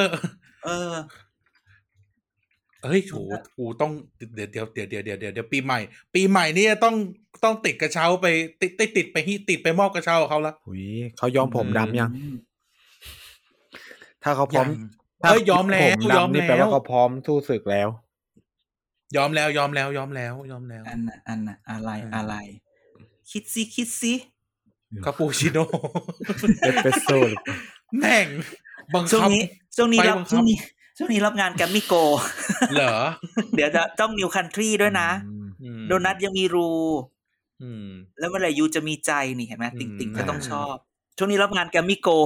เฮ้ยโหต้องเดี๋ยวปีใหม่นี่ต้องติดกระเช้าไปติดไปมอบกระเช้าเขาละเขายอมผมดำยังถ้าเขาพร้อมยอมแล้วนี่แปลว่าเขาพร้อมสู้ศึกแล้วยอมแล้วอันน่ะอะไรคิดซิคาปูชิโน่เอสเปรสโซ่แม่งบังคับช่วงนี้รับงานแกรมมี่โกเหรอเดี๋ยวจะต้องนิวคันทรีด้วยนะโดนัทยังมีรูแล้วเมื่อไหร่ยูจะมีใจนี่เห็นไหมติ่งก็ต้องชอบช่วงนี้รับงานแกรมมี่โก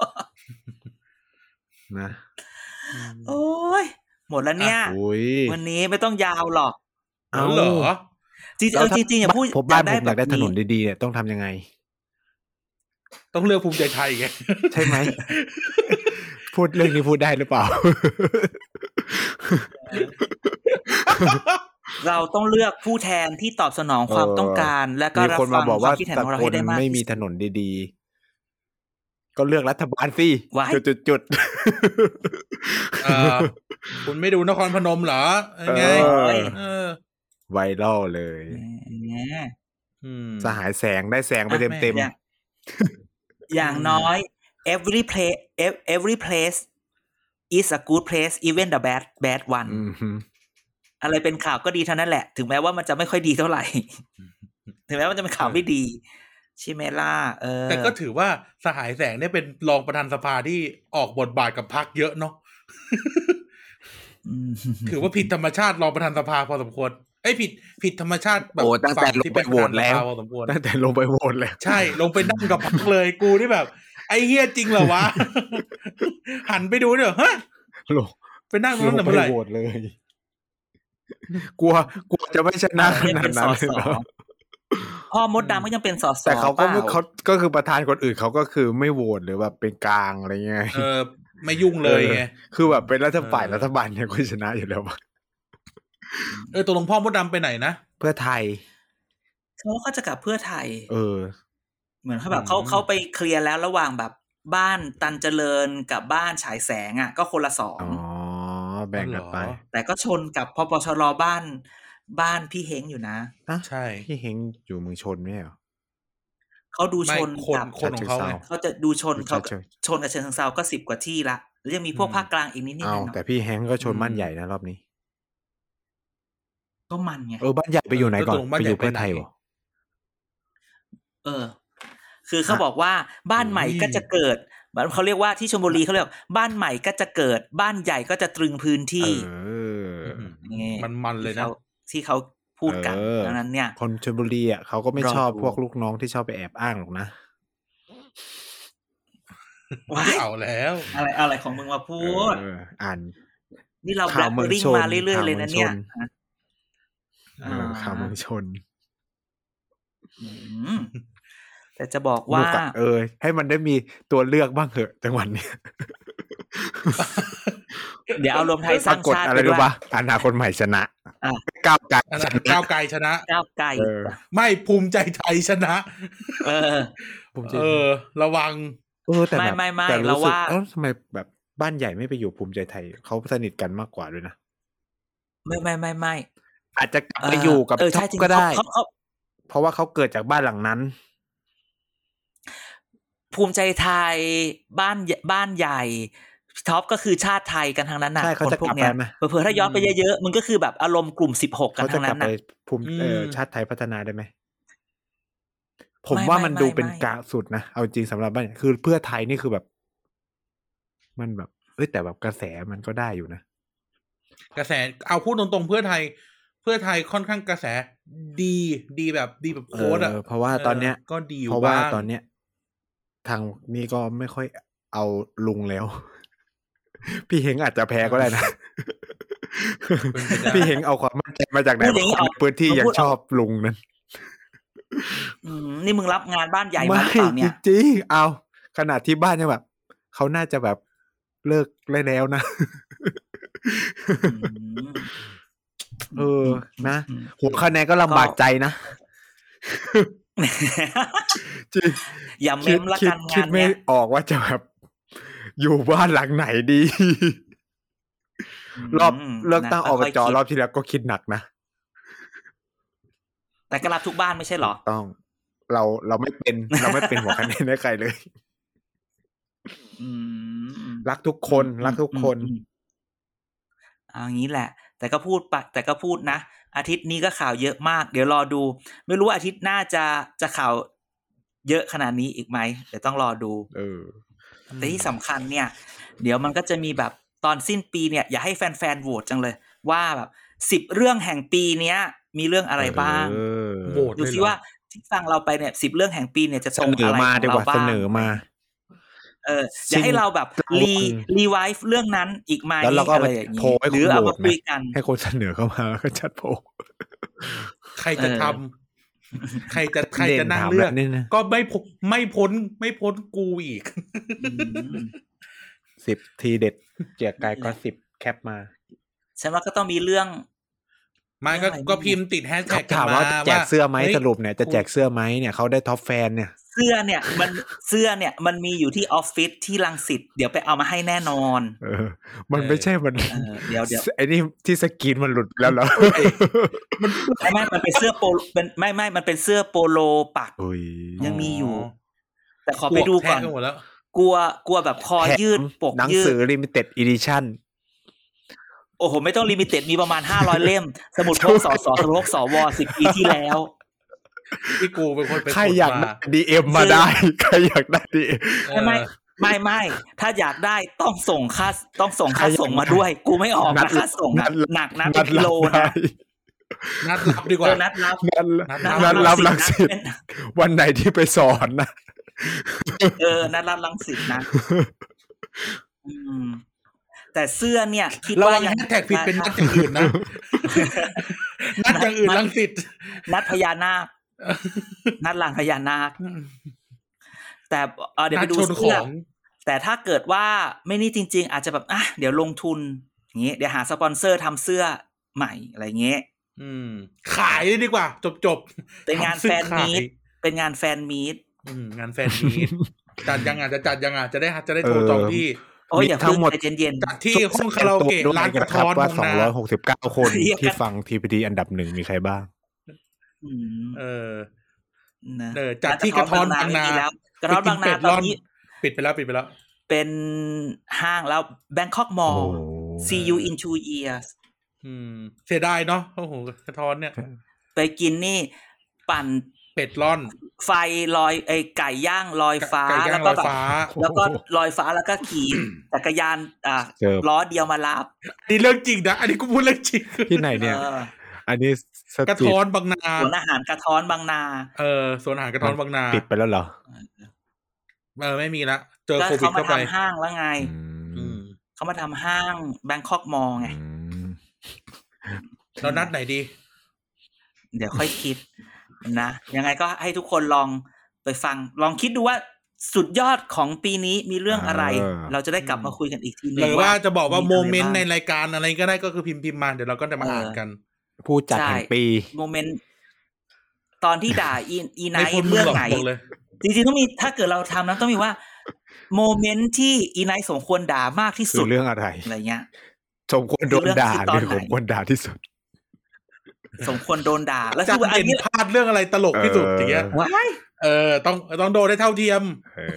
นะโอ้ยหมดแล้วเนี่ยวันนี้ไม่ต้องยาวหรอกเอาเหรอจริงอย่าพูดผมบ้านผมอยากได้ถนนดีๆเนี่ยต้องทำยังไงต้องเลือกภูมิใจไทยไงใช่ไหมพูดเรื่องนี้พูดได้หรือเปล่าเราต้องเลือกผู้แทนที่ตอบสนองความต้องการและก็รับฟังความคิดเห็นของเราให้ได้มากไม่มีถนนดีๆก็เลือกรัฐบาลสิจุดคุณไม่ดูนครพนมเหรอไงไวรัลเลยสหายแสงได้แสงไปเต็มอย่างน้อย every place is a good place even the bad one อะไรเป็นข่าวก็ดีเท่านั้นแหละถึงแม้ว่ามันจะไม่ค่อยดีเท่าไหร่ถึงแม้ว่ามันจะเป็นข่าวไม่ดีใช่ไหมล่ะแต่ก็ถือว่าสหายแสงเนี่ยเป็นรองประธานสภาที่ออกบทบาทกับพรรคเยอะเนาะถือว่าผิดธรรมชาติรองประธานสภาพอสมควรผิดธรรมชาติแบบตั้งแต่ลงไปโหวตแล้วตั้งแต่ลงไปโหวตแล้วใช่ลงไปนั่งกับพรรคเลยกูนี่แบบไอ้เหี้ยจริงเหรอวะหันไปดูเนี่ยฮะไปนั่งตรงนั้นแต่เมื่อไหร่โหวตเลยกลัวจะไม่ชนะขนาดนั้นเลยเนาะพ่อมดดำก็ยังเป็นสสแต่เขาก็คือประธานคนอื่นเขาก็คือไม่โหวตหรือแบบเป็นกลางอะไรเงี้ยไม่ยุ่งเลยไงคือแบบเป็นรัฐบาลเนี่ยก็ชนะอยู่แล้วตกลงพ่อมดดำไปไหนนะเพื่อไทยเขาจะกลับเพื่อไทยเหมือนเขาแบบเขาไปเคลียร์แล้วระหว่างแบบบ้านตันเจริญกับบ้านฉายแสงอ่ะก็คนละ 2แบ่งกันไปแต่ก็ชนกับพปชรบ้านพี่เฮงอยู่นะใช่พี่เฮงอยู่เมืองชนไม่ใช่เหรอเขาดูชนกับคนของเขาจะดูชนเขาชนกับเชียงเซาก็10กว่าที่ละแล้วยังมีพวกภาคกลางอีกนิดนึงแต่พี่เฮงก็ชนบ้านใหญ่นะรอบนี้ก็มันไงบ้านใหญ่ไปอยู่ไหนก่อนไปอยู่เพื่อไทยเหรอคือเขาบอกว่าบ้านใหม่ก็จะเกิดเขาเรียกว่าที่ชลบุรีเขาเรียกบ้านใหม่ก็จะเกิดบ้านใหญ่ก็จะตรึงพื้นที่มันเลยนะที่เขาพูดกันดังนั้นเนี่ยคนชลบุรีเขาก็ไม่ชอบพวกลูกน้องที่ชอบไปแอบอ้างหรอกนะเอาแล้วอะไรของมึงมาพูดอ่านนี่เราแบล็คเบอร์ริ่งมาเรื่อยๆเลยนะเนี่ยข่าวเมืองชนแต่จะบอกว่าให้มันได้มีตัวเลือกบ้างเถอะจังหวัดนี้เดี๋ยวเอารวมไทยสร้างชาติอะไรรู้ป่ะอนาคตใหม่ชนะก้าวไกลชนะก้าวไกลไม่ภูมิใจไทยชนะระวังแต่ไม่เราว่าทำไมแบบบ้านใหญ่ไม่ไปอยู่ภูมิใจไทยเขาสนิทกันมากกว่าด้วยนะไม่อาจจะกลับไปอยู่กับท็อปก็ได้เพราะว่าเขาเกิดจากบ้านหลังนั้นภูมิใจไทยบ้านใหญ่ท็อปก็คือชาติไทยกันทั้งนั้นน่ะคนพวกเนี้ยเผื่อถ้าย้อนไปเยอะๆมันก็คือแบบอารมณ์กลุ่ม16กันทั้งนั้นน่ะภูมิชาติไทยพัฒนาได้ไหมผมว่ามันดูเป็นกลางสุดนะเอาจริงสำหรับบ้านคือเพื่อไทยนี่คือแบบมันแบบแต่แบบกระแสมันก็ได้อยู่นะกระแสเอาพูดตรงๆเพื่อไทยค่อนข้างกระแสดีแบบโค้ดอ่ะเพราะว่าตอนเนี้ยก็ดีเพราะว่าตอนเนี้ยทางนี้ก็ไม่ค่อยเอาลุงแล้วพี่เฮงอาจจะแพ้ก็ได้นะพี่เฮงเอาความมั่นใจมาจากไหนพื้นที่ยังชอบลุงนั้นนี่มึงรับงานบ้านใหญ่มาหรือเปล่าเนี่ยจริงเอาขนาดที่บ้านเนี่ยแบบเขาน่าจะแบบเลิกแล้วนะนะหัวคะแนนก็ลำบากใจนะจริงอย่าเม้มละกันงานเนี้ยคิดไม่ออกว่าจะแบบอยู่บ้านหลังไหนดีรอบเลือกตั้งอบจ.รอบที่แล้วก็คิดหนักนะแต่ก็รับทุกบ้านไม่ใช่หรอต้องเราไม่เป็นหัวคะแนนให้ใครเลยรักทุกคนอย่างนี้แหละแต่ก็พูดนะอาทิตย์นี้ก็ข่าวเยอะมากเดี๋ยวรอดูไม่รู้ว่าอาทิตย์หน้าจะข่าวเยอะขนาดนี้อีกไหมเดี๋ยวต้องรอดูแต่ที่สำคัญเนี่ยเดี๋ยวมันก็จะมีแบบตอนสิ้นปีเนี่ยอย่าให้แฟนๆโหวตจังเลยว่าแบบ10เรื่องแห่งปีเนี้ยมีเรื่องอะไรบ้างโหวตดูสิว่าที่ฟังเราไปเนี่ย10เรื่องแห่งปีเนี่ยจะตรงอะไรของเราบ้างเสนอมาอย่าให้เราแบบรีไวฟ์เรื่องนั้นอีกไหมอะไรอย่างนี้หรือเอามาคุยกันให้คนเสนอเข้ามาแล้วก็จัดโพลใครจะทำใครจะนั่งเลือกก็ไม่พ้นกูอีก 10ทีเด็ดแจกไกลก็10แคปมาฉันว่าก็ต้องมีเรื่องมันก็พิมพ์ติดแฮชแท็กถามว่าแจกเสื้อไหมสรุปเนี่ยจะแจกเสื้อไหมเนี่ยเขาได้ท็อปแฟนเนี่ยเสื้อเนี่ยมันมีอยู่ที่ออฟฟิศที่รังสิตเดี๋ยวไปเอามาให้แน่นอนมันไม่ใช่มันเดี๋ยวไอ้นี่ที่สกรีนมันหลุดแล้วเหรอมันเป็นเสื้อโปโลไม่มันเป็นเสื้อโปโลปักยังมีอยู่แต่ขอไปดูก่อนกลัวแบบคอยืดปกยืดหนังสือ limited edition โอ้โหไม่ต้องลิมิเต็ดมีประมาณ500เล่มสมุดพกสสสมุดพกสว10ปีที่แล้วที่กูเป็นคนไปใครอยากได้ DM มาได้ใครอยากได้ DM ไม่ถ้าอยากได้ต้องส่งค่าส่งมาด้วยกูไม่ออกนะค่าส่งหนักนะเป็นกิโลนะนัดรับดีกว่านัดรับรังสิตวันไหนที่ไปสอนนะนัดรับรังสิตนะแต่เสื้อเนี่ยคิดว่ายังแท็กผิดเป็นนัดอย่างอื่นนะนัดอย่างอื่นรังสิตนัดพญานาคนัดหลังพญานาคแต่เดี๋ยวไปดูเสื้อแต่ถ้าเกิดว่าไม่นี่จริงๆอาจจะแบบเดี๋ยวลงทุนอย่างงี้เดี๋ยวหาสปอนเซอร์ทำเสื้อใหม่อะไรเงี้ยขายดีกว่าจบเป็นงานแฟนมีตงานแฟนมีตจัดยังจะจัดยังจะได้โทรจองที่ทั้งหมดเย็นๆจัดที่ห้องคาราโอเกะร้านกระท้อนว่า269คนที่ฟัง TPD อันดับ1มีใครบ้างจัดที่กระท้อนบางนากระท้อนบางนาตอนนี้ปิดไปแล้วเป็นห้างแล้ว Bangkok Mall See you in 2 years เสียดายเนาะโอ้โหกระท้อนเนี่ยไปกินนี่ปั่นเป็ดร่อนไฟลอยไก่ย่างลอยฟ้าแล้วก็ลอยฟ้าแล้วก็ขี่จักรยานล้อเดียวมารับนี่เรื่องจริงนะอันนี้กูพูดเรื่องจริงที่ไหนเนี่ยอันนี้กระท้อนบางนาสวนอาหารกระท้อนบางนาสวนอาหารกระท้อนบางนาปิดไปแล้วเหรอไม่มีละเจอโควิดเข้าไปเขามาทำห้างแล้วไงเขามาทำห้าง Bangkok Mall ไงเรานัดไหนดีเดี๋ยวค่อยคิดนะยังไงก็ให้ทุกคนลองไปฟังลองคิดดูว่าสุดยอดของปีนี้มีเรื่องอะไรเราจะได้กลับมาคุยกันอีกทีนึงหรือว่าจะบอกว่าโมเมนต์ในรายการอะไรก็ได้ก็คือพิมพ์มาเดี๋ยวเราก็จะมาอ่านกันผู้จัดแห่งปีโมเมนต์ตอนที่ด่าอีไนท์เรื่องไหนจริงๆต้องมีถ้าเกิดเราทำนั้นต้องมีว่าโมเมนต์ที่อีไนท์สมควรด่ามากที่สุดเรื่องอะไรเงี้ยสมควรโดนด่าหรือสมควรด่าที่สุดสมควรโดนด่าแล้วคืออันนี้พลาดเรื่องอะไรตลกที่สุดอย่างเงี้ยต้องโดนได้เท่าเทียม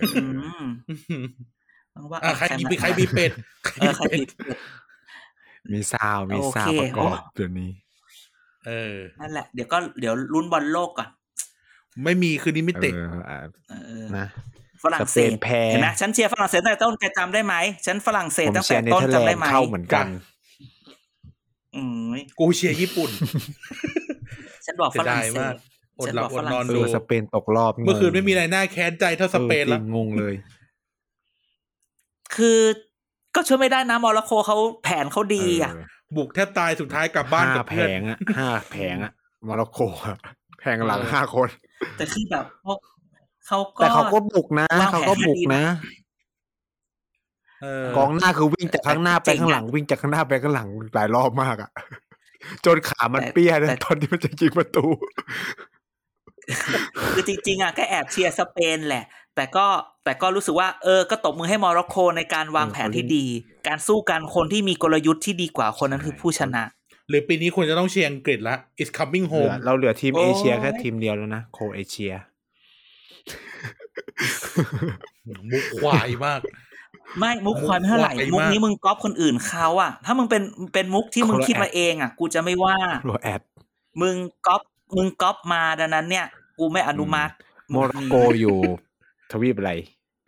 ใครมีเป็ดมีซาวประกอบตัวนี้นั่นแหละเดี๋ยวลุ้นบอลโลกก่อนไม่มีคืนนี้ไม่เตะนะฝรั่งเศสเห็นไหมฉันเชียร์ฝรั่งเศสตั้งแต่ต้นแกจำได้ไหมฉันฝรั่งเศสตั้งแต่ต้นจำได้ไหมเข้าเหมือนกันกูเชียร์ญี่ปุ่นฉันบอกฝรั่งเศสอดหลับอดนอนดูสเปนตกรอบเมื่อคืนไม่มีอะไรน่าแค้นใจเท่าสเปนแล้วงงเลยคือก็ช่วยไม่ได้นะโมร็อกโกเขาแผนเขาดีบุกแทบตายสุดท้ายกลับบ้านกับเพื่อน5 แผงโมร็อกโกแผงหลัง5 คนแต่คือแบบแต่เขาก็บุกนะกองหน้าคือวิ่งจากข้างหน้าไปข้างหลังวิ่งจากข้างหน้าไปข้างหลังหลายรอบมากจนขามันเปี้ยเลยตอนที่มันจะยิงประตูคือจริงๆอ่ะก็แอบเชียร์สเปนแหละแต่ก็รู้สึกว่าก็ตบมือให้โมร็อกโกในการวางแผนที่ดีการสู้กันคนที่มีกลยุทธ์ที่ดีกว่าคนนั้นคือผู้ชนะหรือปีนี้ควรจะต้องเชียร์อังกฤษละ It's coming home เราเหลือทีมเอเชียแค่ทีมเดียวแล้วนะโคเอเชียมุกควายมากไม่มุกควายไม่เท่าไหร่มุกนี้มึงก๊อปคนอื่นเขาอ่ะถ้ามึงเป็นมุกที่มึงคิดมาเองอ่ะกูจะไม่ว่ามึงก๊อปมาดังนั้นเนี่ยกูไม่อนุมัติโมร็อกโกอยู่ทวีปอะไร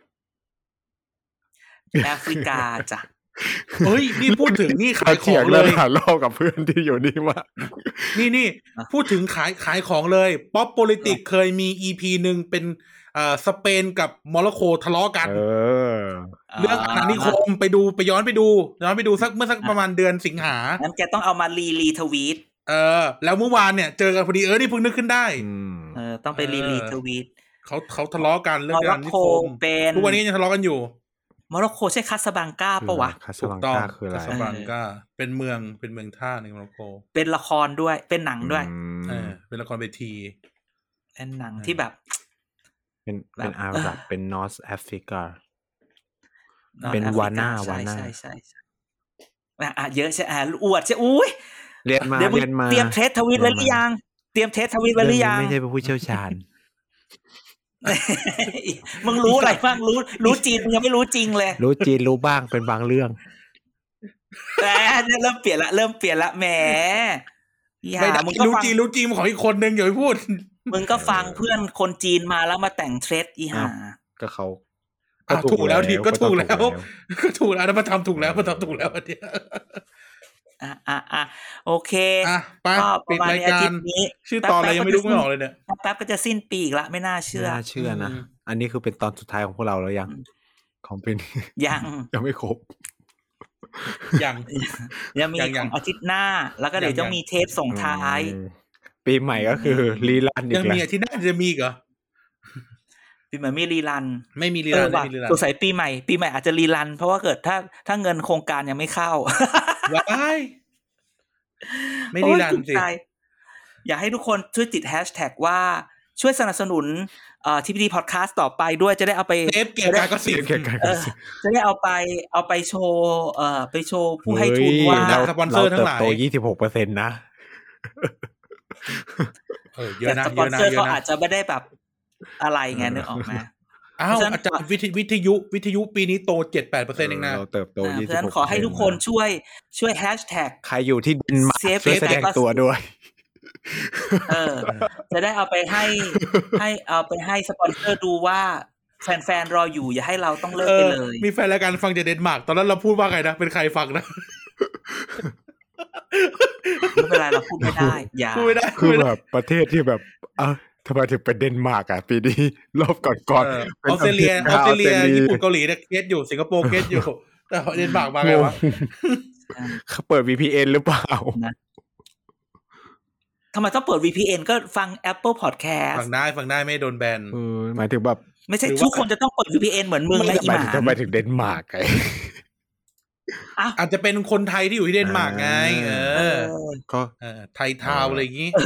แอฟริกาจ้ะเฮ้ยนี่พูดถึงนี่ขายของเลยหาโลกกับเพื่อนที่อยู่นี่ว่านี่พูดถึงขายของเลย Pop Politics เคยมี EP นึงเป็นสเปนกับโมร็อกโกทะเลาะกันเรื่องอาณานิคมไปย้อนไปดูสักเมื่อสักประมาณเดือนสิงหางั้นแกต้องเอามารีทวีตแล้วเมื่อวานเนี่ยเจอกันพอดีนี่เพิ่งนึกขึ้นได้ต้องไปรีทวีตเขาทะเลาะกันเรื่องอาณานิคมทุกวันนี้ยังทะเลาะกันอยู่โมร็อกโกใช่คาสบลังกาปะวะถูกต้องคาสบลังกาเป็นเมืองท่าในโมร็อกโกเป็นละครด้วยเป็นหนังด้วยเป็นละครเวทีเป็นหนังที่แบบเป็นอาหรับเป็นนอร์ทแอฟริกาเป็นวาน่าใช่เยอะใช่อวดใช่อุ้ยเรียนมาเตรียมเทสทวิตไว้หรือยังไม่ใช่ผู้เชี่ยวชาญมึงรู้อะไรบ้างรู้จีนมึงยังไม่รู้จริงเลยรู้จีนรู้บ้างเป็นบางเรื่องแต่เริ่มเปลี่ยนละแหมไม่ได้รู้จีนของอีกคนนึงอย่าไปพูดมึงก็ฟังเพื่อนคนจีนมาแล้วมาแต่งเทรดอีห่าก็เขาถูกแล้วทีก็ถูกแล้วมาทำถูกแล้วอันเนี้ยโอเคไปปิดรายการชื่อตอนอะไรยังไม่รู้ไม่ออกเลยเนี่ยแป๊บก็จะสิ้นปีอีกละไม่น่าเชื่อนะอันนี้คือเป็นตอนสุดท้ายของพวกเราแล้วยังของเป็นยังไม่ครบยังมีของอาทิตย์หน้าแล้วก็เดี๋ยวจะมีเทปส่งท้ายปีใหม่ก็คือรีรันอีกแล้วยังมีอาทิตย์หน้าจะมีเหรอปีใหม่ไม่รีรันสงสัยปีใหม่อาจจะรีรันเพราะว่าเกิดถ้าเงินโครงการยังไม่เข้าว้ายไม่รีรันสิอยากให้ทุกคนช่วยติดแฮชแท็กว่าช่วยสนับสนุนTPD Podcast ต่อไปด้วยจะได้เอาไปเทปเกี่ยวกับก็สิจะได้เอาไปโชว์ไปโชว์ผู้ให้ทุนว่าสปอนเซอร์ทั้งหลายโต 26% นะเยอะนะสปอนเซอร์เขาอาจจะไม่ได้แบบอะไรไงนึกออกมาอาจารย์วิทยุปีนี้โต 7-8% เองนะเราเติบโต 26% เพราะฉะนั้นขอให้ทุกคนช่วยแฮชแท็กใครอยู่ที่เดนมาร์กช่วยแสดงตัวด้วยจะได้เอาไปให้สปอนเซอร์ดูว่าแฟนๆรออยู่อย่าให้เราต้องเลิกไปเลยมีแฟนรายการฟังจากเดนมาร์กตอนนั้นเราพูดว่าไงนะเป็นใครฟังนะไม่เป็นไรเราพูดไม่ได้อย่าพูดไม่ได้คือแบบประเทศที่แบบทำไมถึงเป็นเดนมาร์กปีนี้รอบก่อนๆออสเตรเลียญี่ปุ่นเกาหลีเนี่ยเกตอยู่สิงคโปร์เกตอยู่แต่เดนมาร์กมาไงวะเขาเปิด VPN หรือเปล่าทำไมต้องเปิด VPN ก็ฟัง Apple Podcast ฟังได้ไม่โดนแบนหมายถึงแบบไม่ใช่ทุกคนจะต้องเปิด VPN เหมือนมึงและอีหมาทำไมถึงเดนมาร์กไงอาจจะเป็นคนไทยที่อยู่ที่เดนมาร์กไงก็ไทยทาวอะไรอย่างงี้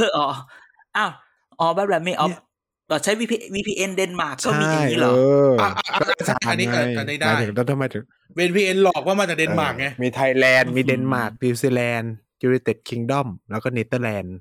แบบไม่เราใช้ VPN เดนมาร์กก็มีอย่างนี้เหรออันนี้ได้ทำไมถึง VPN หลอกว่ามาจากเดนมาร์กไงมีไทยแลนด์มีเดนมาร์กนิวซีแลนด์United Kingdom แล้วก็เนเธอร์แลนด์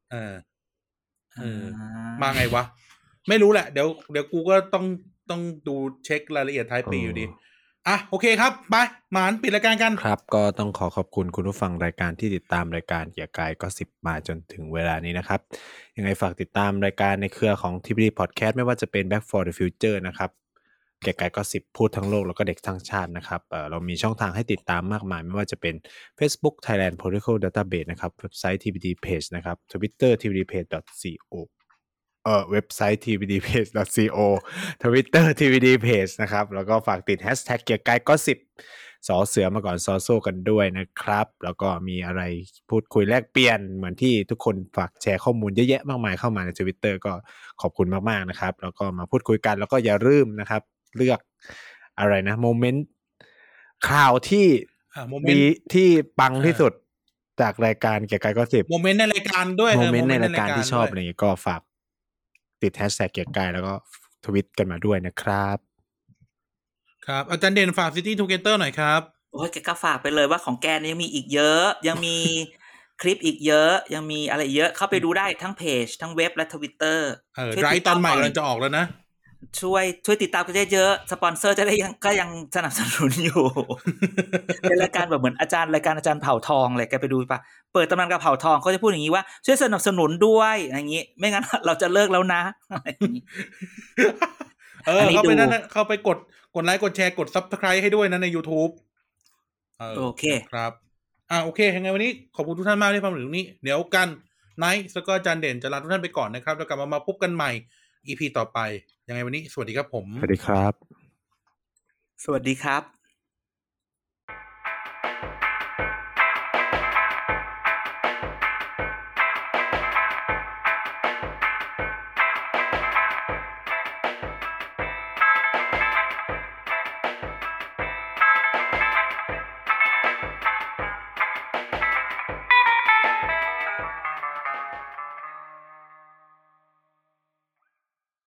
มาไงวะไม่รู้แหละเดี๋ยวกูก็ต้องดูเช็ครายละเอียดท้ายปีอยู่ดีโอเคครับไปหมานปิดรายการกันครับก็ต้องขอบคุณคุณผู้ฟังรายการที่ติดตามรายการเกียร์กายก็10มาจนถึงเวลานี้นะครับยังไงฝากติดตามรายการในเครือของ TPD Podcast ไม่ว่าจะเป็น Back for the Future นะครับเกียร์กายก็10พูดทั้งโลกแล้วก็เด็กทั้งชาตินะครับเรามีช่องทางให้ติดตามมากมายไม่ว่าจะเป็น Facebook Thailand Political Database นะครับเว็บไซต์ TPD Page นะครับ Twitter tpdpage.coเว็บไซต์ tpdpage.co Twitter tpdpage นะครับแล้วก็ฝากติด hashtag เกียร์กายก็10สอเสือมาก่อนซอโซ่กันด้วยนะครับแล้วก็มีอะไรพูดคุยแลกเปลี่ยนเหมือนที่ทุกคนฝากแชร์ข้อมูลเยอะแยะมากมายเข้ามาใน Twitter ก็ขอบคุณมากๆนะครับแล้วก็มาพูดคุยกันแล้วก็อย่าลืมนะครับเลือกอะไรนะโมเมนต์ข่าวที่มีที่ปังที่สุดจากรายการเกียร์กายก็10 โมเมนต์ในรายการด้วยโมเมนต์ในรายการที่ชอบอะไรอย่างงี้ก็ฝากติดแฮชแท็กเกียร์กายแล้วก็ทวิตกันมาด้วยนะครับครับอาจารย์เด่นฝาก City Together หน่อยครับโอ้ยแกก็ฝากไปเลยว่าของแกยังมีอีกเยอะยังมีคลิปอีกเยอะยังมีอะไรเยอะเข้าไปดูได้ทั้งเพจทั้งเว็บและ Twitter ไลฟ์ตอนใหม่กำลังจะออกแล้วนะช่วยติดตามกันเยอะๆสปอนเซอร์จะได้ยังสนับสนุนอยู่ เป็นรายการแบบเหมือนรายการอาจารย์เผ่าทองเลยแกไปดูป่ะเปิดตำนานกับเผ่าทองเขาจะพูดอย่างนี้ว่าช่วยสนับสนุนด้วยอย่างนี้ไม่งั้นเราจะเลิกแล้วนะอะไรอย่างนี้เข้าไปนั่นเข้าไปกดไลค์กดแชร์กด Subscribe ให้ด้วยนะใน YouTube โอเคครับโอเคยังไงวันนี้ขอบคุณทุกท่านมากที่ฟังถึงนี้เดี๋ยวกันไนท์แล้วก็อาจารย์เด่นจะลาทุกท่านไปก่อนนะครับแล้วกลับมาพบกันใหม่ EP ต่อไปยังไงวันนี้สวัสดีครับผมสวัสดีครับสวัสดีครับ